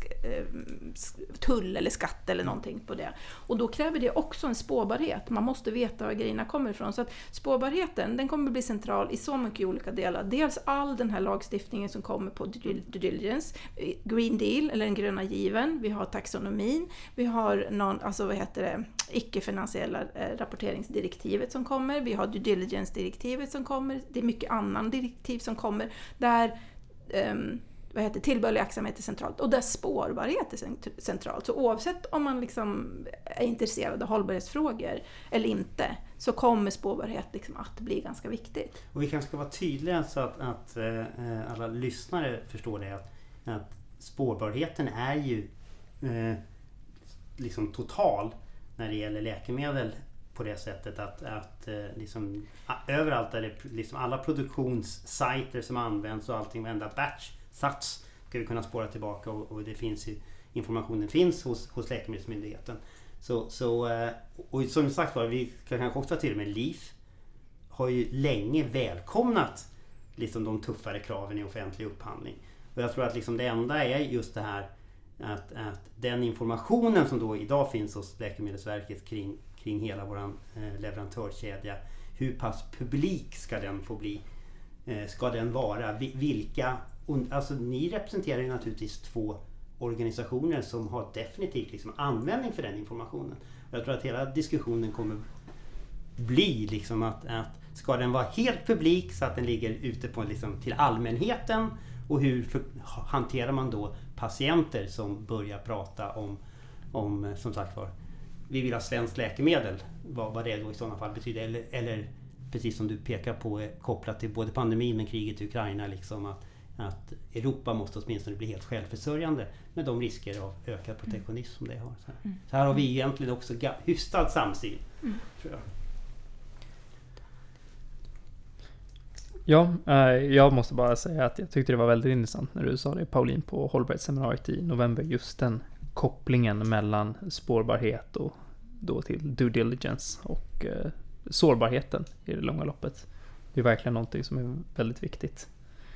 tull eller skatt eller någonting på det. Och då kräver det också en spårbarhet. Man måste veta var grejerna kommer ifrån. Så att spårbarheten, den kommer bli central i så mycket olika delar. Dels all den här lagstiftningen som kommer på due diligence, Green Deal eller den gröna given, vi har taxonomin, vi har någon, alltså vad heter det, icke-finansiella eh, rapporteringsdirektivet som kommer, vi har due diligence-direktivet som kommer, det är mycket annan direktiv som kommer där um, vad heter tillbörlig aktsamhet är centralt och där spårbarhet är centralt. Så oavsett om man liksom är intresserad av hållbarhetsfrågor eller inte så kommer spårbarhet liksom att bli ganska viktigt. Och vi kanske ska vara tydliga så att, att äh, alla lyssnare förstår det att, att spårbarheten är ju äh, liksom total när det gäller läkemedel på det sättet att, att äh, liksom, överallt är det liksom alla produktionssajter som används och allting, varenda batch sats ska vi kunna spåra tillbaka och, och det finns i, informationen finns hos, hos Läkemedelsmyndigheten. Så, så, och som sagt var, vi kan kanske också till med LIF har ju länge välkomnat liksom de tuffare kraven i offentlig upphandling. Och jag tror att liksom det enda är just det här att, att den informationen som då idag finns hos Läkemedelsverket kring, kring hela våran eh, leverantörskedja, hur pass publik ska den få bli? Eh, ska den vara? Vilka Alltså, ni representerar ju naturligtvis två organisationer som har definitivt liksom användning för den informationen. Jag tror att hela diskussionen kommer bli liksom att, att ska den vara helt publik så att den ligger ute på liksom till allmänheten och hur för, hanterar man då patienter som börjar prata om, om som sagt var, vi vill ha svenskt läkemedel, vad, vad det då i sådana fall betyder eller, eller precis som du pekar på kopplat till både pandemin men kriget i Ukraina liksom att att Europa måste åtminstone bli helt självförsörjande med de risker av ökad protektionism som det har. Så här, mm. så här har vi egentligen också hyfsad samsyn, mm. tror jag. Ja, jag måste bara säga att jag tyckte det var väldigt intressant när du sa det, Pauline, på hållbarhetsseminariet i november, just den kopplingen mellan spårbarhet och då till due diligence och eh, sårbarheten i det långa loppet. Det är verkligen någonting som är väldigt viktigt.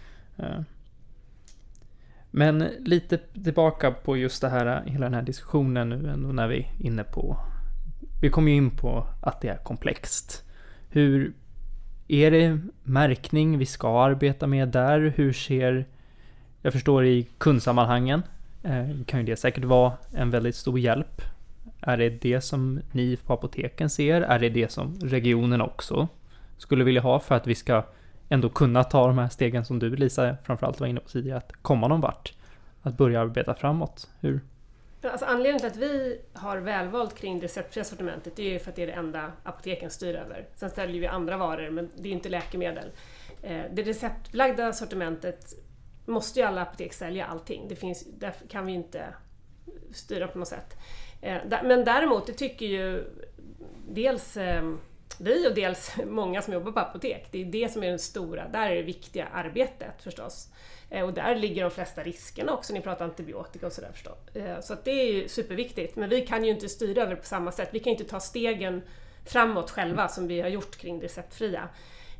Men lite tillbaka på just det här, hela den här diskussionen nu ändå när vi är inne på, vi kommer ju in på att det är komplext. Hur är det märkning vi ska arbeta med där? Hur ser, jag förstår i kundsammanhangen kan ju det säkert vara en väldigt stor hjälp. Är det det som ni på apoteken ser? Är det det som regionen också skulle vilja ha för att vi ska ändå kunna ta de här stegen som du, Lisa, framförallt var inne på tidigare, att komma någon vart, att börja arbeta framåt? Hur? Alltså, anledningen till att vi har välvalt kring det receptfria sortimentet är ju för att det är det enda apoteken styr över. Sen ställer vi andra varor, men det är inte läkemedel. Det receptbelagda sortimentet måste ju alla apotek sälja allting. Det finns, där kan vi inte styra på något sätt. Men däremot, det tycker ju dels vi och dels många som jobbar på apotek. Det är det som är den stora, där är det viktiga arbetet förstås. Och där ligger de flesta riskerna också, ni pratar antibiotika och sådär förstås. Så att det är ju superviktigt, men vi kan ju inte styra över på samma sätt. Vi kan inte ta stegen framåt själva som vi har gjort kring det receptfria.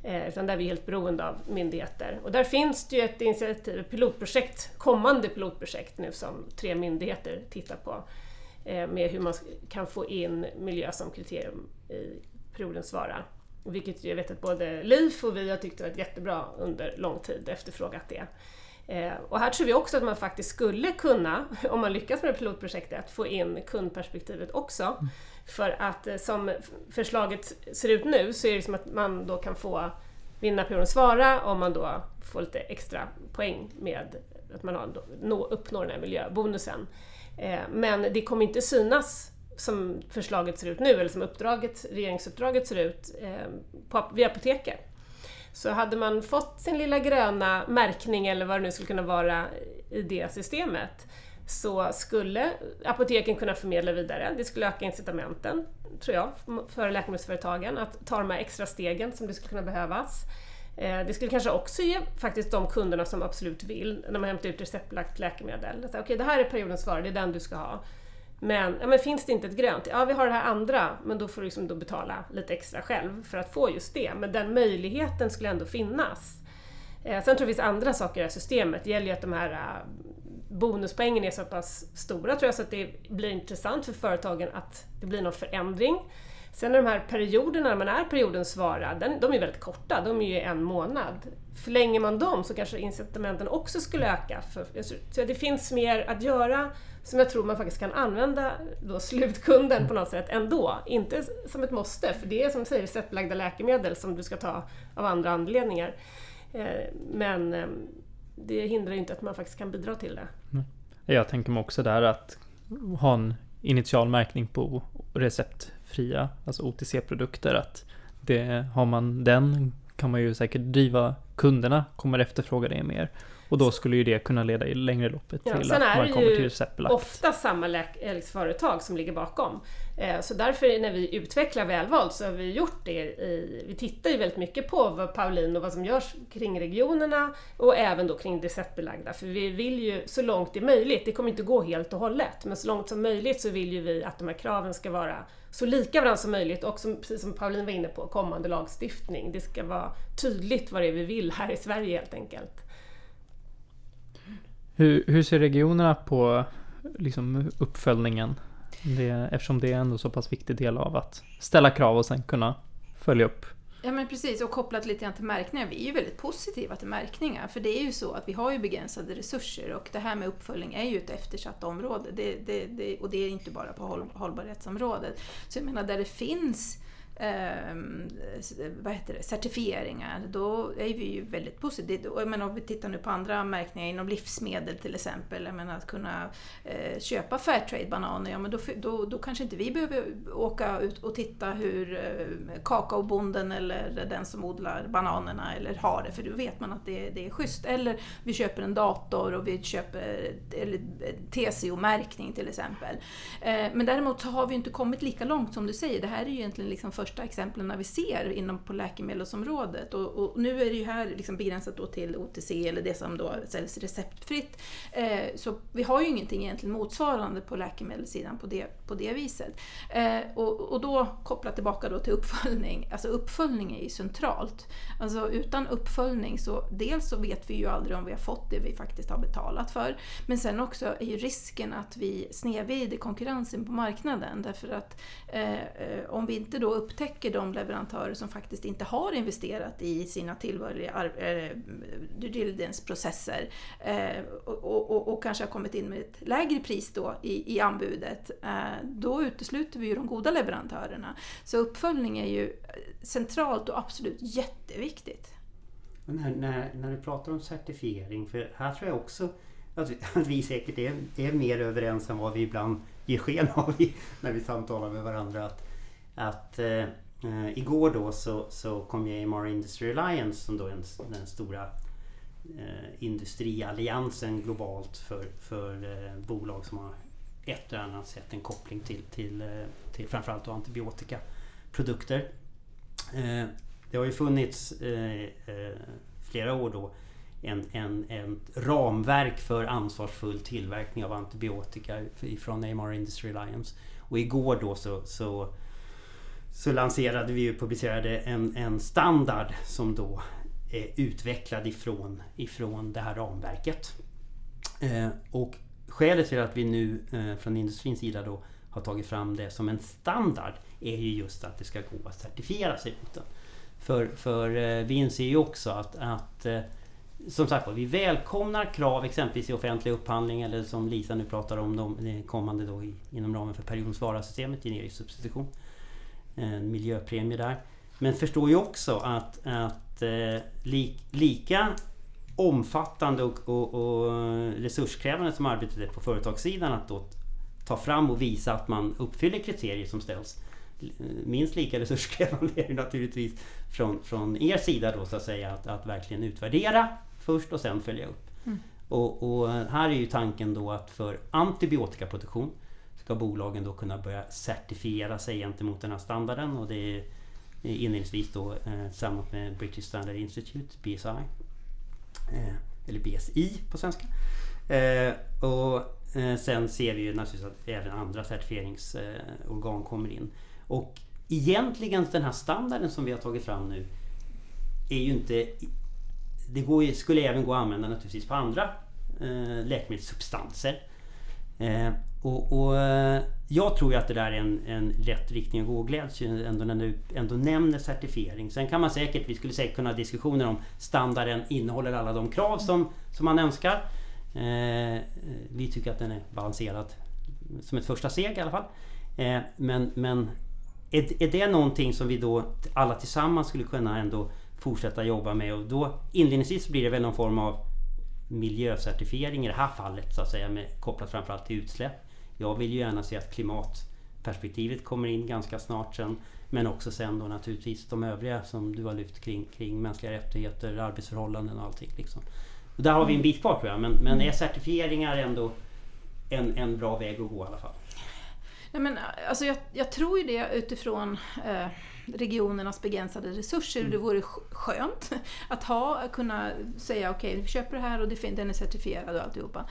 Eh, utan där är vi helt beroende av myndigheter. Och där finns det ju ett initiativ, ett pilotprojekt, kommande pilotprojekt nu som tre myndigheter tittar på. Eh, med hur man kan få in miljö som kriterium i periodens svara. Vilket jag vet att både LIF och vi har tyckt varit jättebra under lång tid, efterfrågat det. Eh, och här tror vi också att man faktiskt skulle kunna, om man lyckas med det pilotprojektet, få in kundperspektivet också. Mm. För att eh, som förslaget ser ut nu så är det som att man då kan få vinna periodens svara om man då får lite extra poäng med att man har, nå, uppnår den här miljöbonusen. Eh, men det kommer inte synas som förslaget ser ut nu, eller som uppdraget, regeringsuppdraget ser ut eh, på, via apoteket. Så hade man fått sin lilla gröna märkning eller vad det nu skulle kunna vara i det systemet, så skulle apoteken kunna förmedla vidare. Det skulle öka incitamenten, tror jag, för läkemedelsföretagen att ta de här extra stegen som det skulle kunna behövas. Eh, det skulle kanske också ge faktiskt de kunderna som absolut vill, när man hämtar ut receptbelagt läkemedel. Okej, okay, det här är periodens svara, det är den du ska ha. Men, ja, men finns det inte ett grönt? Ja, vi har det här andra, men då får du liksom då betala lite extra själv för att få just det. Men den möjligheten skulle ändå finnas. Eh, sen tror jag det finns andra saker i det här systemet. Det gäller ju att de här uh, bonuspoängen är så pass stora, tror jag, så att det blir intressant för företagen att det blir någon förändring. Sen är de här perioderna, när man är periodens svara, den, de är väldigt korta, de är ju en månad. Förlänger man dem så kanske incitamenten också skulle öka. För, så det finns mer att göra som jag tror man faktiskt kan använda då slutkunden på något sätt ändå. Inte som ett måste, för det är som du säger receptbelagda läkemedel som du ska ta av andra anledningar. Men det hindrar ju inte att man faktiskt kan bidra till det. Jag tänker mig också där att ha en initial märkning på receptfria, alltså O T C-produkter, att det, har man den kan man ju säkert driva, kunderna kommer efterfråga det mer. Och då skulle ju det kunna leda i längre loppet till ja, att man kommer till receptbelagt. Ofta samma läkemedelsföretag som ligger bakom. Så därför när vi utvecklar välvald så har vi gjort det i, vi tittar ju väldigt mycket på vad Pauline och vad som görs kring regionerna och även då kring receptbelagda. För vi vill ju så långt det är möjligt, det kommer inte gå helt och hållet, men så långt som möjligt så vill ju vi att de här kraven ska vara så lika varandra som möjligt och som, precis som Pauline var inne på, kommande lagstiftning. Det ska vara tydligt vad det är vi vill här i Sverige helt enkelt. Hur, hur ser regionerna på liksom, uppföljningen? Det, eftersom det är ändå så pass viktig del av att ställa krav och sen kunna följa upp. Ja men precis, och kopplat lite grann till märkningar. Vi är ju väldigt positiva till märkningar, för det är ju så att vi har ju begränsade resurser och det här med uppföljning är ju ett eftersatt område. Det, det, det, och det är inte bara på håll, hållbarhetsområdet. Så jag menar, där det finns Eh, vad heter det, certifieringar, då är vi ju väldigt positiva. Jag menar, om vi tittar nu på andra märkningar inom livsmedel till exempel, jag menar, att kunna eh, köpa Fairtrade-bananer, ja, men då, då, då kanske inte vi behöver åka ut och titta hur eh, kakaobonden eller den som odlar bananerna eller har det, för då vet man att det, det är schysst. Eller vi köper en dator och vi köper eller, T C O-märkning till exempel. Eh, men däremot så har vi inte kommit lika långt som du säger. Det här är ju egentligen liksom första exemplen när vi ser inom på läkemedelsområdet, och, och nu är det ju här liksom begränsat då till O T C eller det som då säljs receptfritt, eh, så vi har ju ingenting egentligen motsvarande på läkemedelssidan på det, på det viset. Eh, och, och då kopplat tillbaka då till uppföljning, alltså uppföljning är ju centralt. Alltså utan uppföljning så dels så vet vi ju aldrig om vi har fått det vi faktiskt har betalat för, men sen också är ju risken att vi snedvrider konkurrensen på marknaden, därför att eh, om vi inte då upptäcker de leverantörer som faktiskt inte har investerat i sina tillbörliga äh, due diligence-processer äh, och, och, och kanske har kommit in med ett lägre pris då i, i anbudet, äh, då utesluter vi ju de goda leverantörerna. Så uppföljning är ju centralt och absolut jätteviktigt. När, när, när du pratar om certifiering, för här tror jag också att vi, att vi säkert är, är mer överens än vad vi ibland ger sken av i, när vi samtalar med varandra. Att, att eh, igår då så, så kom ju A M R Industry Alliance, som då är en, den stora eh, industrialliansen globalt för, för eh, bolag som har ett eller annat sätt en koppling till, till, till framförallt då antibiotikaprodukter. Eh, det har ju funnits eh, eh, flera år då en, en, en ramverk för ansvarsfull tillverkning av antibiotika från A M R Industry Alliance. Och igår då så, så så lanserade vi ju publicerade en, en standard som då är utvecklad ifrån, ifrån det här ramverket. Eh, och skälet till att vi nu eh, från industrins sida då har tagit fram det som en standard är ju just att det ska gå att certifiera sig mot den. För, för eh, vi inser ju också att, att eh, som sagt vi välkomnar krav exempelvis i offentlig upphandling eller som Lisa nu pratar om de kommande då i, inom ramen för periodensvarasystemet, generisk substitution. En miljöpremie där. Men förstår ju också att, att eh, li, lika omfattande och, och, och resurskrävande som arbetet är på företagssidan att då ta fram och visa att man uppfyller kriterier som ställs. Minst lika resurskrävande är det naturligtvis från, från er sida då så att säga att, att verkligen utvärdera först och sen följa upp. Mm. Och, och här är ju tanken då att för antibiotikaproduktion ska bolagen då kunna börja certifiera sig gentemot den här standarden och det är inledningsvis då eh, tillsammans med British Standard Institute, B S I eh, eller B S I på svenska. Eh, och eh, sen ser vi ju naturligtvis att även andra certifieringsorgan eh, kommer in. Och egentligen den här standarden som vi har tagit fram nu är ju inte, det går, skulle även gå att använda naturligtvis på andra eh, läkemedelssubstanser. Eh, och, och jag tror ju att det där är en, en rätt riktning att gå, gläds ju ändå när du ändå nämner certifiering. Sen kan man säkert, vi skulle säkert kunna ha diskussioner om standarden innehåller alla de krav som, som man önskar. Eh, vi tycker att den är balanserad som ett första steg i alla fall. Eh, men men är, är det någonting som vi då alla tillsammans skulle kunna ändå fortsätta jobba med och då inledningsvis blir det väl någon form av miljöcertifiering i det här fallet så att säga med, kopplat framförallt till utsläpp. Jag vill ju gärna se att klimatperspektivet kommer in ganska snart sen, men också sen då naturligtvis de övriga som du har lyft kring, kring mänskliga rättigheter, arbetsförhållanden och allting liksom. Och där har vi en bit kvar tror jag, men, men är certifieringar ändå en, en bra väg att gå i alla fall? Nej, men, alltså jag, jag tror ju det utifrån eh, regionernas begränsade resurser. Mm. Det vore skönt att ha, kunna säga okej, okay, vi köper det här och det, den är certifierad och alltihopa.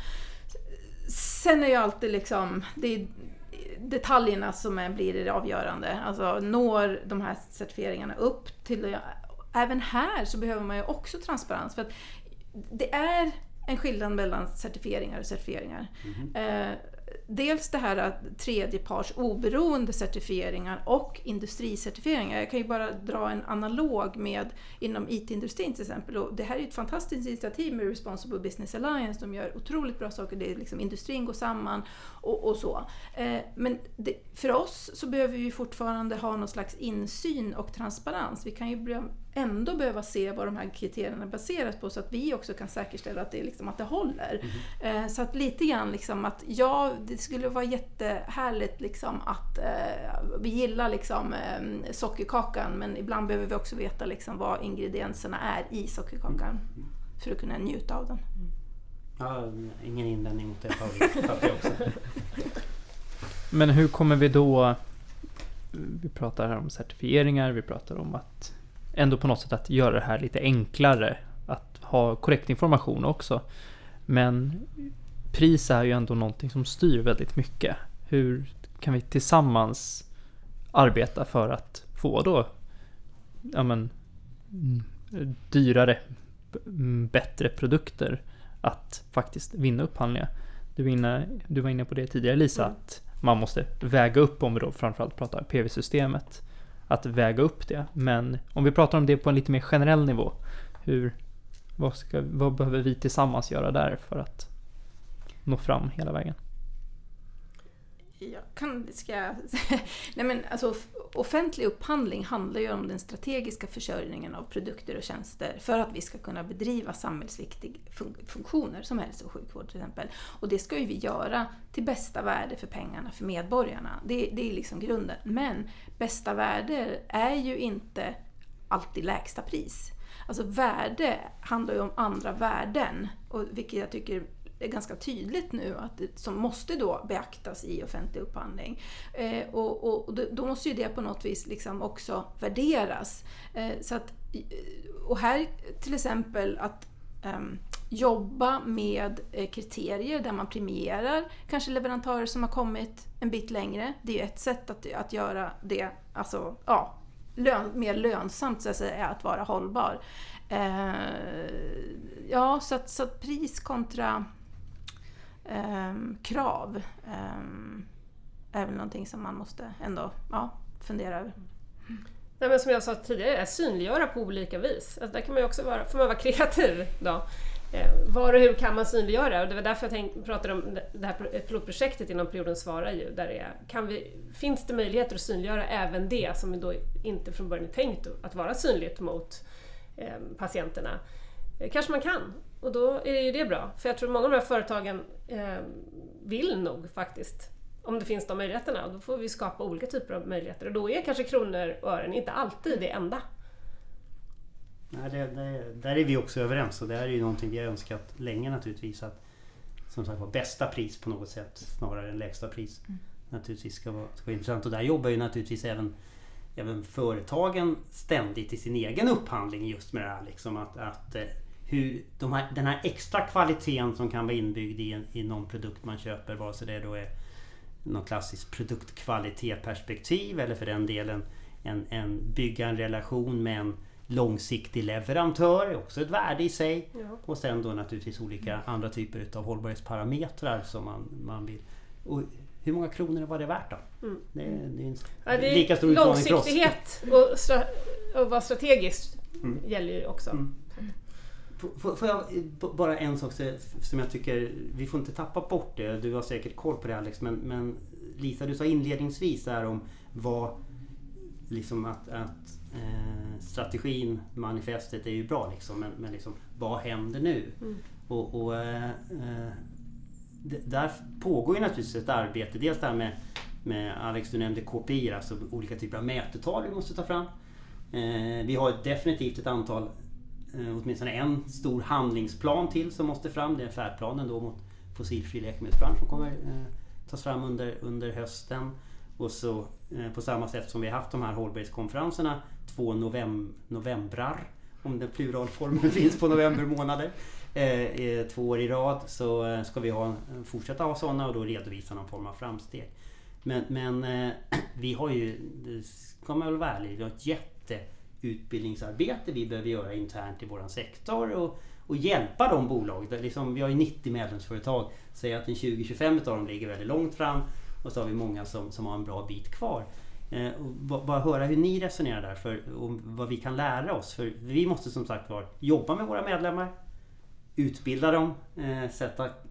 Sen är ju alltid liksom, det är detaljerna som är, blir det avgörande. Alltså når de här certifieringarna upp till, även här så behöver man ju också transparens för att det är en skillnad mellan certifieringar och certifieringar. Mm. Eh, dels det här att tredjeparts oberoende certifieringar och industricertifieringar. Jag kan ju bara dra en analog med inom I T-industrin till exempel. Och det här är ju ett fantastiskt initiativ med Responsible Business Alliance. De gör otroligt bra saker. Det är liksom, industrin går samman och, och så. Eh, men det, för oss så behöver vi fortfarande ha någon slags insyn och transparens. Vi kan ju ändå behöva se vad de här kriterierna baseras på så att vi också kan säkerställa att det, liksom, att det håller. Mm. Eh, så att lite grann liksom att ja, det skulle vara jättehärligt liksom att eh, vi gillar liksom eh, sockerkakan men ibland behöver vi också veta liksom vad ingredienserna är i sockerkakan för att kunna njuta av den. Mm. Ja, ingen invändning mot det fattar också. Men hur kommer vi då, vi pratar här om certifieringar, vi pratar om att ändå på något sätt att göra det här lite enklare, att ha korrekt information också. Men pris är ju ändå någonting som styr väldigt mycket. Hur kan vi tillsammans arbeta för att få då ja men, dyrare, bättre produkter att faktiskt vinna upphandlingar? Du var inne, du var inne på det tidigare Lisa, mm. att man måste väga upp, om vi då framförallt pratar P V-systemet, att väga upp det. Men om vi pratar om det på en lite mer generell nivå, hur, vad, ska, vad behöver vi tillsammans göra där för att nå fram hela vägen? Jag kan, ska jag, nej men alltså, offentlig upphandling handlar ju om den strategiska försörjningen av produkter och tjänster för att vi ska kunna bedriva samhällsviktiga fun- funktioner som hälso- och sjukvård till exempel. Och det ska ju vi göra till bästa värde för pengarna för medborgarna. Det, det är liksom grunden. Men bästa värde är ju inte alltid lägsta pris. Alltså värde handlar ju om andra värden, och vilket jag tycker är ganska tydligt nu att det, som måste då beaktas i offentlig upphandling. Eh, och, och, och då måste ju det på något vis liksom också värderas. Eh, så att, och här till exempel att um, jobba med kriterier där man premierar kanske leverantörer som har kommit en bit längre. Det är ju ett sätt att, att göra det alltså, ja, lön, mer lönsamt så att säga, att vara hållbar. Eh, ja, så att, så att pris kontra eh, krav eh, är väl någonting som man måste ändå ja, fundera över. Nej, men som jag sa tidigare, är synliggöra på olika vis. Alltså där kan man ju också vara, får man vara kreativ då. Eh, var och hur kan man synliggöra? Och det var därför jag tänk, pratade om det här pilotprojektet inom perioden Svara ju. Där det är, kan vi, finns det möjligheter att synliggöra även det som då inte från början är tänkt att vara synligt mot eh, patienterna? Eh, kanske man kan. Och då är ju det bra. För jag tror att många av de här företagen eh, vill nog faktiskt. Om det finns de möjligheterna. Och då får vi skapa olika typer av möjligheter. Och då är kanske kronor och ören inte alltid det enda. Nej, det, det, där är vi också överens och det här är ju någonting vi har önskat länge naturligtvis att som sagt var bästa pris på något sätt snarare än lägsta pris mm. naturligtvis ska vara, ska vara intressant och där jobbar ju naturligtvis även, även företagen ständigt i sin egen upphandling just med det här liksom att, att hur de här, den här extra kvaliteten som kan vara inbyggd i, en, i någon produkt man köper vare sig det då är någon klassisk produktkvalitetperspektiv eller för den delen en, en bygga en relation med en långsiktig leverantör är också ett värde i sig. Ja. Och sen då naturligtvis olika andra typer av hållbarhetsparametrar som man, man vill. Och hur många kronor var det värt då? Mm. Det, det är en ja, det är lika stor utmaning för oss. Långsiktighet och, stra- och vara strategiskt mm. gäller ju också. Mm. Får, får jag bara en sak som jag tycker, vi får inte tappa bort det. Du har säkert koll på det Alex, men, men Lisa, du sa inledningsvis där om vad liksom att, att eh, strategin, manifestet är ju bra liksom, men, men liksom, vad händer nu? Mm. Och, och eh, det, där pågår ju naturligtvis ett arbete, dels där med, med Alex, du nämnde K P I, alltså olika typer av mätetal vi måste ta fram. Eh, vi har definitivt ett antal, eh, åtminstone en stor handlingsplan till som måste fram, det är färdplanen då mot fossilfri läkemedelsbransch som kommer eh, tas fram under, under hösten. Och så eh, på samma sätt som vi har haft de här hållbarhetskonferenserna två novem- novembrar, om den pluralformen finns på novembermånader, eh, två år i rad så eh, ska vi ha, fortsätta ha sådana och då redovisa någon form av framsteg. Men, men eh, vi har ju, det ska man väl vara ärlig, vi har ett jätteutbildningsarbete vi behöver göra internt i våran sektor och, och hjälpa de bolag. Där liksom, vi har ju nittio medlemsföretag, säger att en tjugo till tjugofem av dem ligger väldigt långt fram. Och så har vi många som, som har en bra bit kvar. Eh, och b- bara höra hur ni resonerar där för, och vad vi kan lära oss. För vi måste som sagt var jobba med våra medlemmar, utbilda dem, eh, sätta, eh,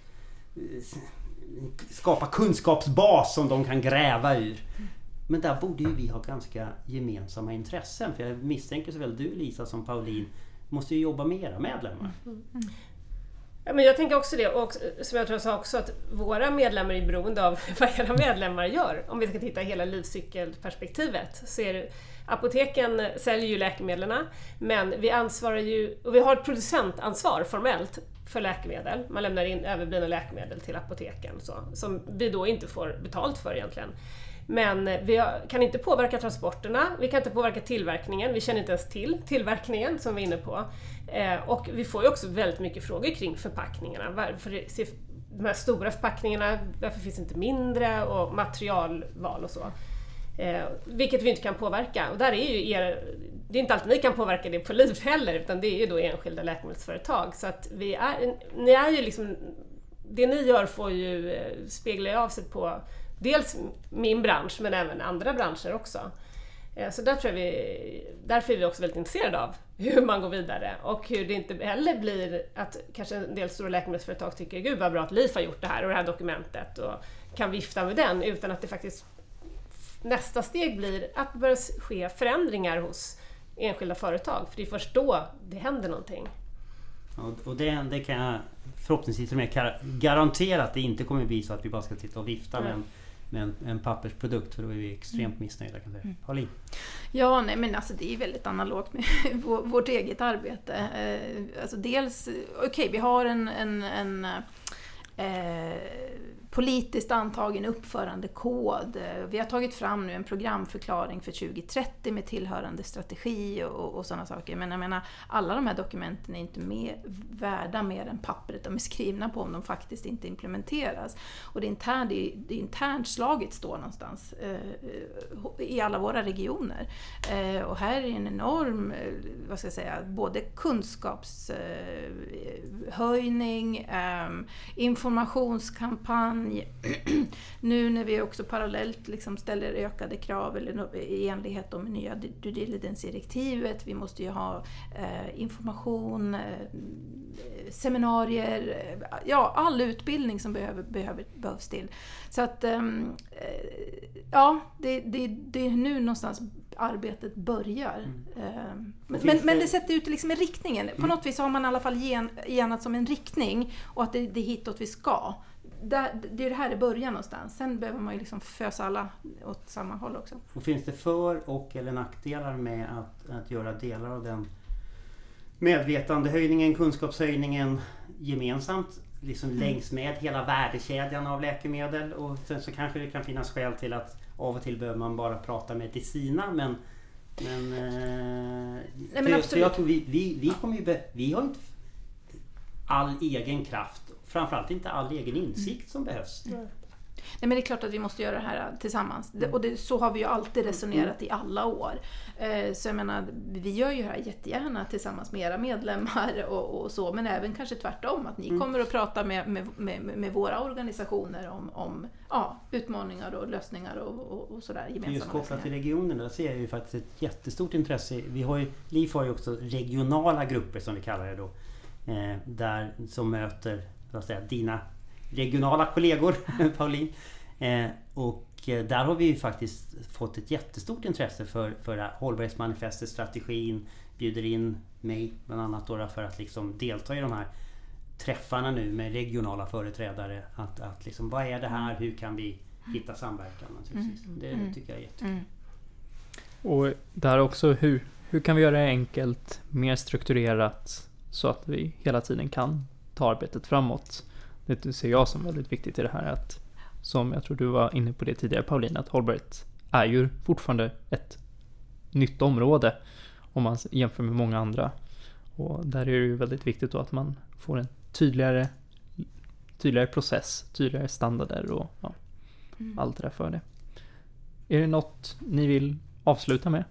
skapa kunskapsbas som de kan gräva ur. Men där borde ju vi ha ganska gemensamma intressen. För jag misstänker så väl du Lisa som Pauline måste ju jobba med era medlemmar. Mm. Mm. Ja, men jag tänker också det, och som jag tror jag sa också, att våra medlemmar är beroende av vad era medlemmar gör. Om vi ska titta hela livscykelperspektivet så är det, apoteken säljer ju läkemedlen, men vi ansvarar ju, och vi har ett producentansvar formellt för läkemedel. Man lämnar in överblivna läkemedel till apoteken så, som vi då inte får betalt för egentligen. Men vi kan inte påverka transporterna, vi kan inte påverka tillverkningen, vi känner inte ens till tillverkningen som vi är inne på. Eh, och vi får ju också väldigt mycket frågor kring förpackningarna. Varför de här stora förpackningarna, varför finns det inte mindre och materialval och så. Eh, vilket vi inte kan påverka. Och där är ju er, det är inte alltid ni kan påverka det på liv heller, utan det är ju då enskilda läkemedelsföretag. Så att vi är, ni är ju liksom, det ni gör får ju spegla av sig på dels min bransch men även andra branscher också. Så där tror jag vi, därför är vi också väldigt intresserade av hur man går vidare och hur det inte heller blir att kanske en del stora läkemedelsföretag tycker gud vad bra att L I F har gjort det här och det här dokumentet och kan vifta med den, utan att det faktiskt nästa steg blir att det börjar ske förändringar hos enskilda företag, för det är först då det händer någonting. Och det, det kan jag förhoppningsvis mer garantera att det inte kommer bli så att vi bara ska titta och vifta mm. med, en, med en, en pappersprodukt, för då är vi extremt missnöjda kan jag säga. Pauline? Ja, nej, men alltså det är väldigt analogt med vårt eget arbete. Eh, alltså dels, okej, okay, vi har en, en, en eh, politiskt antagen uppförandekod. Vi har tagit fram nu en programförklaring för tjugo trettio med tillhörande strategi och, och sådana saker. Men jag menar, alla de här dokumenten är inte mer, värda mer än pappret de är skrivna på om de faktiskt inte implementeras. Och det, intern, det, det internt slaget står någonstans eh, i alla våra regioner. Eh, och här är en enorm, vad ska jag säga, både kunskapshöjning, eh, informationskampanj. Nu när vi också parallellt liksom ställer ökade krav eller i enlighet med nya due diligence-direktivet. Vi måste ju ha eh, information, eh, seminarier, ja, all utbildning som behöver, behöver, behövs till. Så att eh, ja, det, det, det är nu någonstans arbetet börjar. Mm. Eh, men, men, men det sätter ut liksom en riktningen. På mm. något vis har man i alla fall gen, genat som en riktning och att det, det är hitåt vi ska. Det, det är det här det börjar någonstans. Sen behöver man ju liksom fösa alla åt samma håll också. Och finns det för- och eller nackdelar med att, att göra delar av den medvetandehöjningen, kunskapshöjningen gemensamt liksom mm. längs med hela värdekedjan av läkemedel? Och sen så kanske det kan finnas skäl till att av och till behöver man bara prata medicina, men men, eh, Nej, men för, för jag tror vi, vi, vi kommer ju be, vi har inte all egen kraft, framförallt inte all egen insikt mm. som behövs. Mm. Nej, men det är klart att vi måste göra det här tillsammans. Mm. Och det, så har vi ju alltid resonerat i alla år. Eh, så jag menar, vi gör ju det här jättegärna tillsammans med era medlemmar och, och så. Men även kanske tvärtom, att ni mm. kommer att prata med, med, med, med våra organisationer om, om ja, utmaningar och lösningar och, och, och sådär. Gemensamma just kopplat till regionerna ser jag ju faktiskt ett jättestort intresse. Vi har ju, LIF har ju också regionala grupper som vi kallar det då. Eh, där som möter så att säga, dina regionala kollegor, Pauline. Eh, och eh, där har vi ju faktiskt fått ett jättestort intresse för, för hållbarhetsmanifestet, strategin, bjuder in mig bland annat då för att liksom delta i de här träffarna nu med regionala företrädare. Att, att liksom, vad är det här? Hur kan vi hitta samverkan? Mm. Det mm. tycker jag är jättekul. Mm. Och där också, hur, hur kan vi göra det enkelt, mer strukturerat så att vi hela tiden kan ta arbetet framåt? Det ser jag som väldigt viktigt i det här, att som jag tror du var inne på det tidigare, Pauline, att hållbarhet är ju fortfarande ett nytt område om man jämför med många andra. Och där är det ju väldigt viktigt då att man får en tydligare tydligare process, tydligare standarder och ja, mm. allt det där för det. Är det något ni vill avsluta med?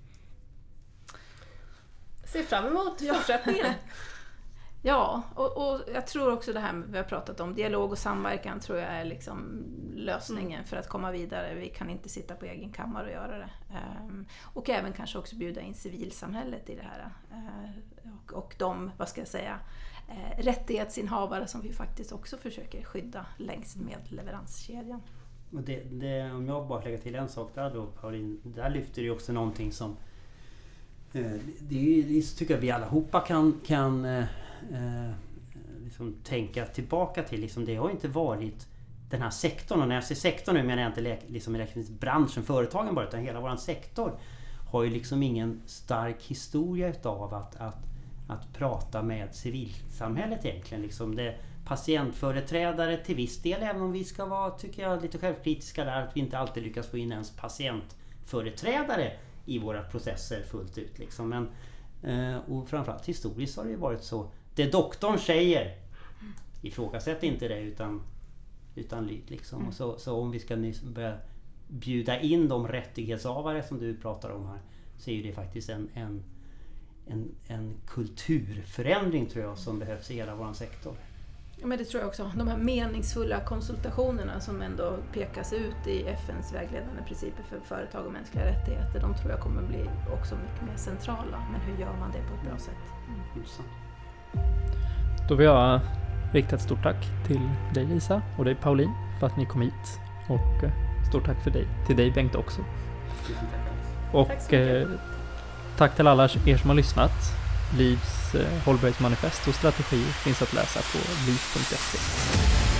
Se fram emot fortsättningen. Ja, och, och jag tror också det här vi har pratat om, dialog och samverkan tror jag är liksom lösningen mm. för att komma vidare. Vi kan inte sitta på egen kammare och göra det. Um, och även kanske också bjuda in civilsamhället i det här. Uh, och, och de, vad ska jag säga, uh, rättighetsinnehavare som vi faktiskt också försöker skydda längst med leveranskedjan. Och det, det, om jag bara lägger till en sak där då, Pauline, där lyfter det ju också någonting som uh, det, är ju, det tycker jag vi allihopa kan, kan uh, Eh, liksom tänka tillbaka till. Liksom det har inte varit den här sektorn, och när jag säger sektorn nu menar jag inte lä- liksom läkemedelsbranschen, företagen bara, utan hela vår sektor har ju liksom ingen stark historia utav att, att, att prata med civilsamhället egentligen. Liksom det patientföreträdare till viss del, även om vi ska vara, tycker jag, lite självkritiska där, att vi inte alltid lyckas få in ens patientföreträdare i våra processer fullt ut. Liksom. Men, eh, och framförallt historiskt har det ju varit så. Det doktorn säger, ifrågasätt inte det utan, utan lyd. Liksom. Mm. Så, så om vi ska börja bjuda in de rättighetshavare som du pratar om här, så är det faktiskt en, en, en, en kulturförändring tror jag som behövs i hela vår sektor. Ja, men det tror jag också. De här meningsfulla konsultationerna som ändå pekas ut i F N:s vägledande principer för företag och mänskliga rättigheter, de tror jag kommer bli också mycket mer centrala. Men hur gör man det på ett bra sätt? Mm. Då vill jag rikta ett stort tack till dig Lisa och dig Pauline för att ni kom hit, och stort tack för dig, till dig Bengt också. Och tack, eh, tack till alla er som har lyssnat. Livs eh, hållbarhetsmanifest och strategi finns att läsa på liv punkt se.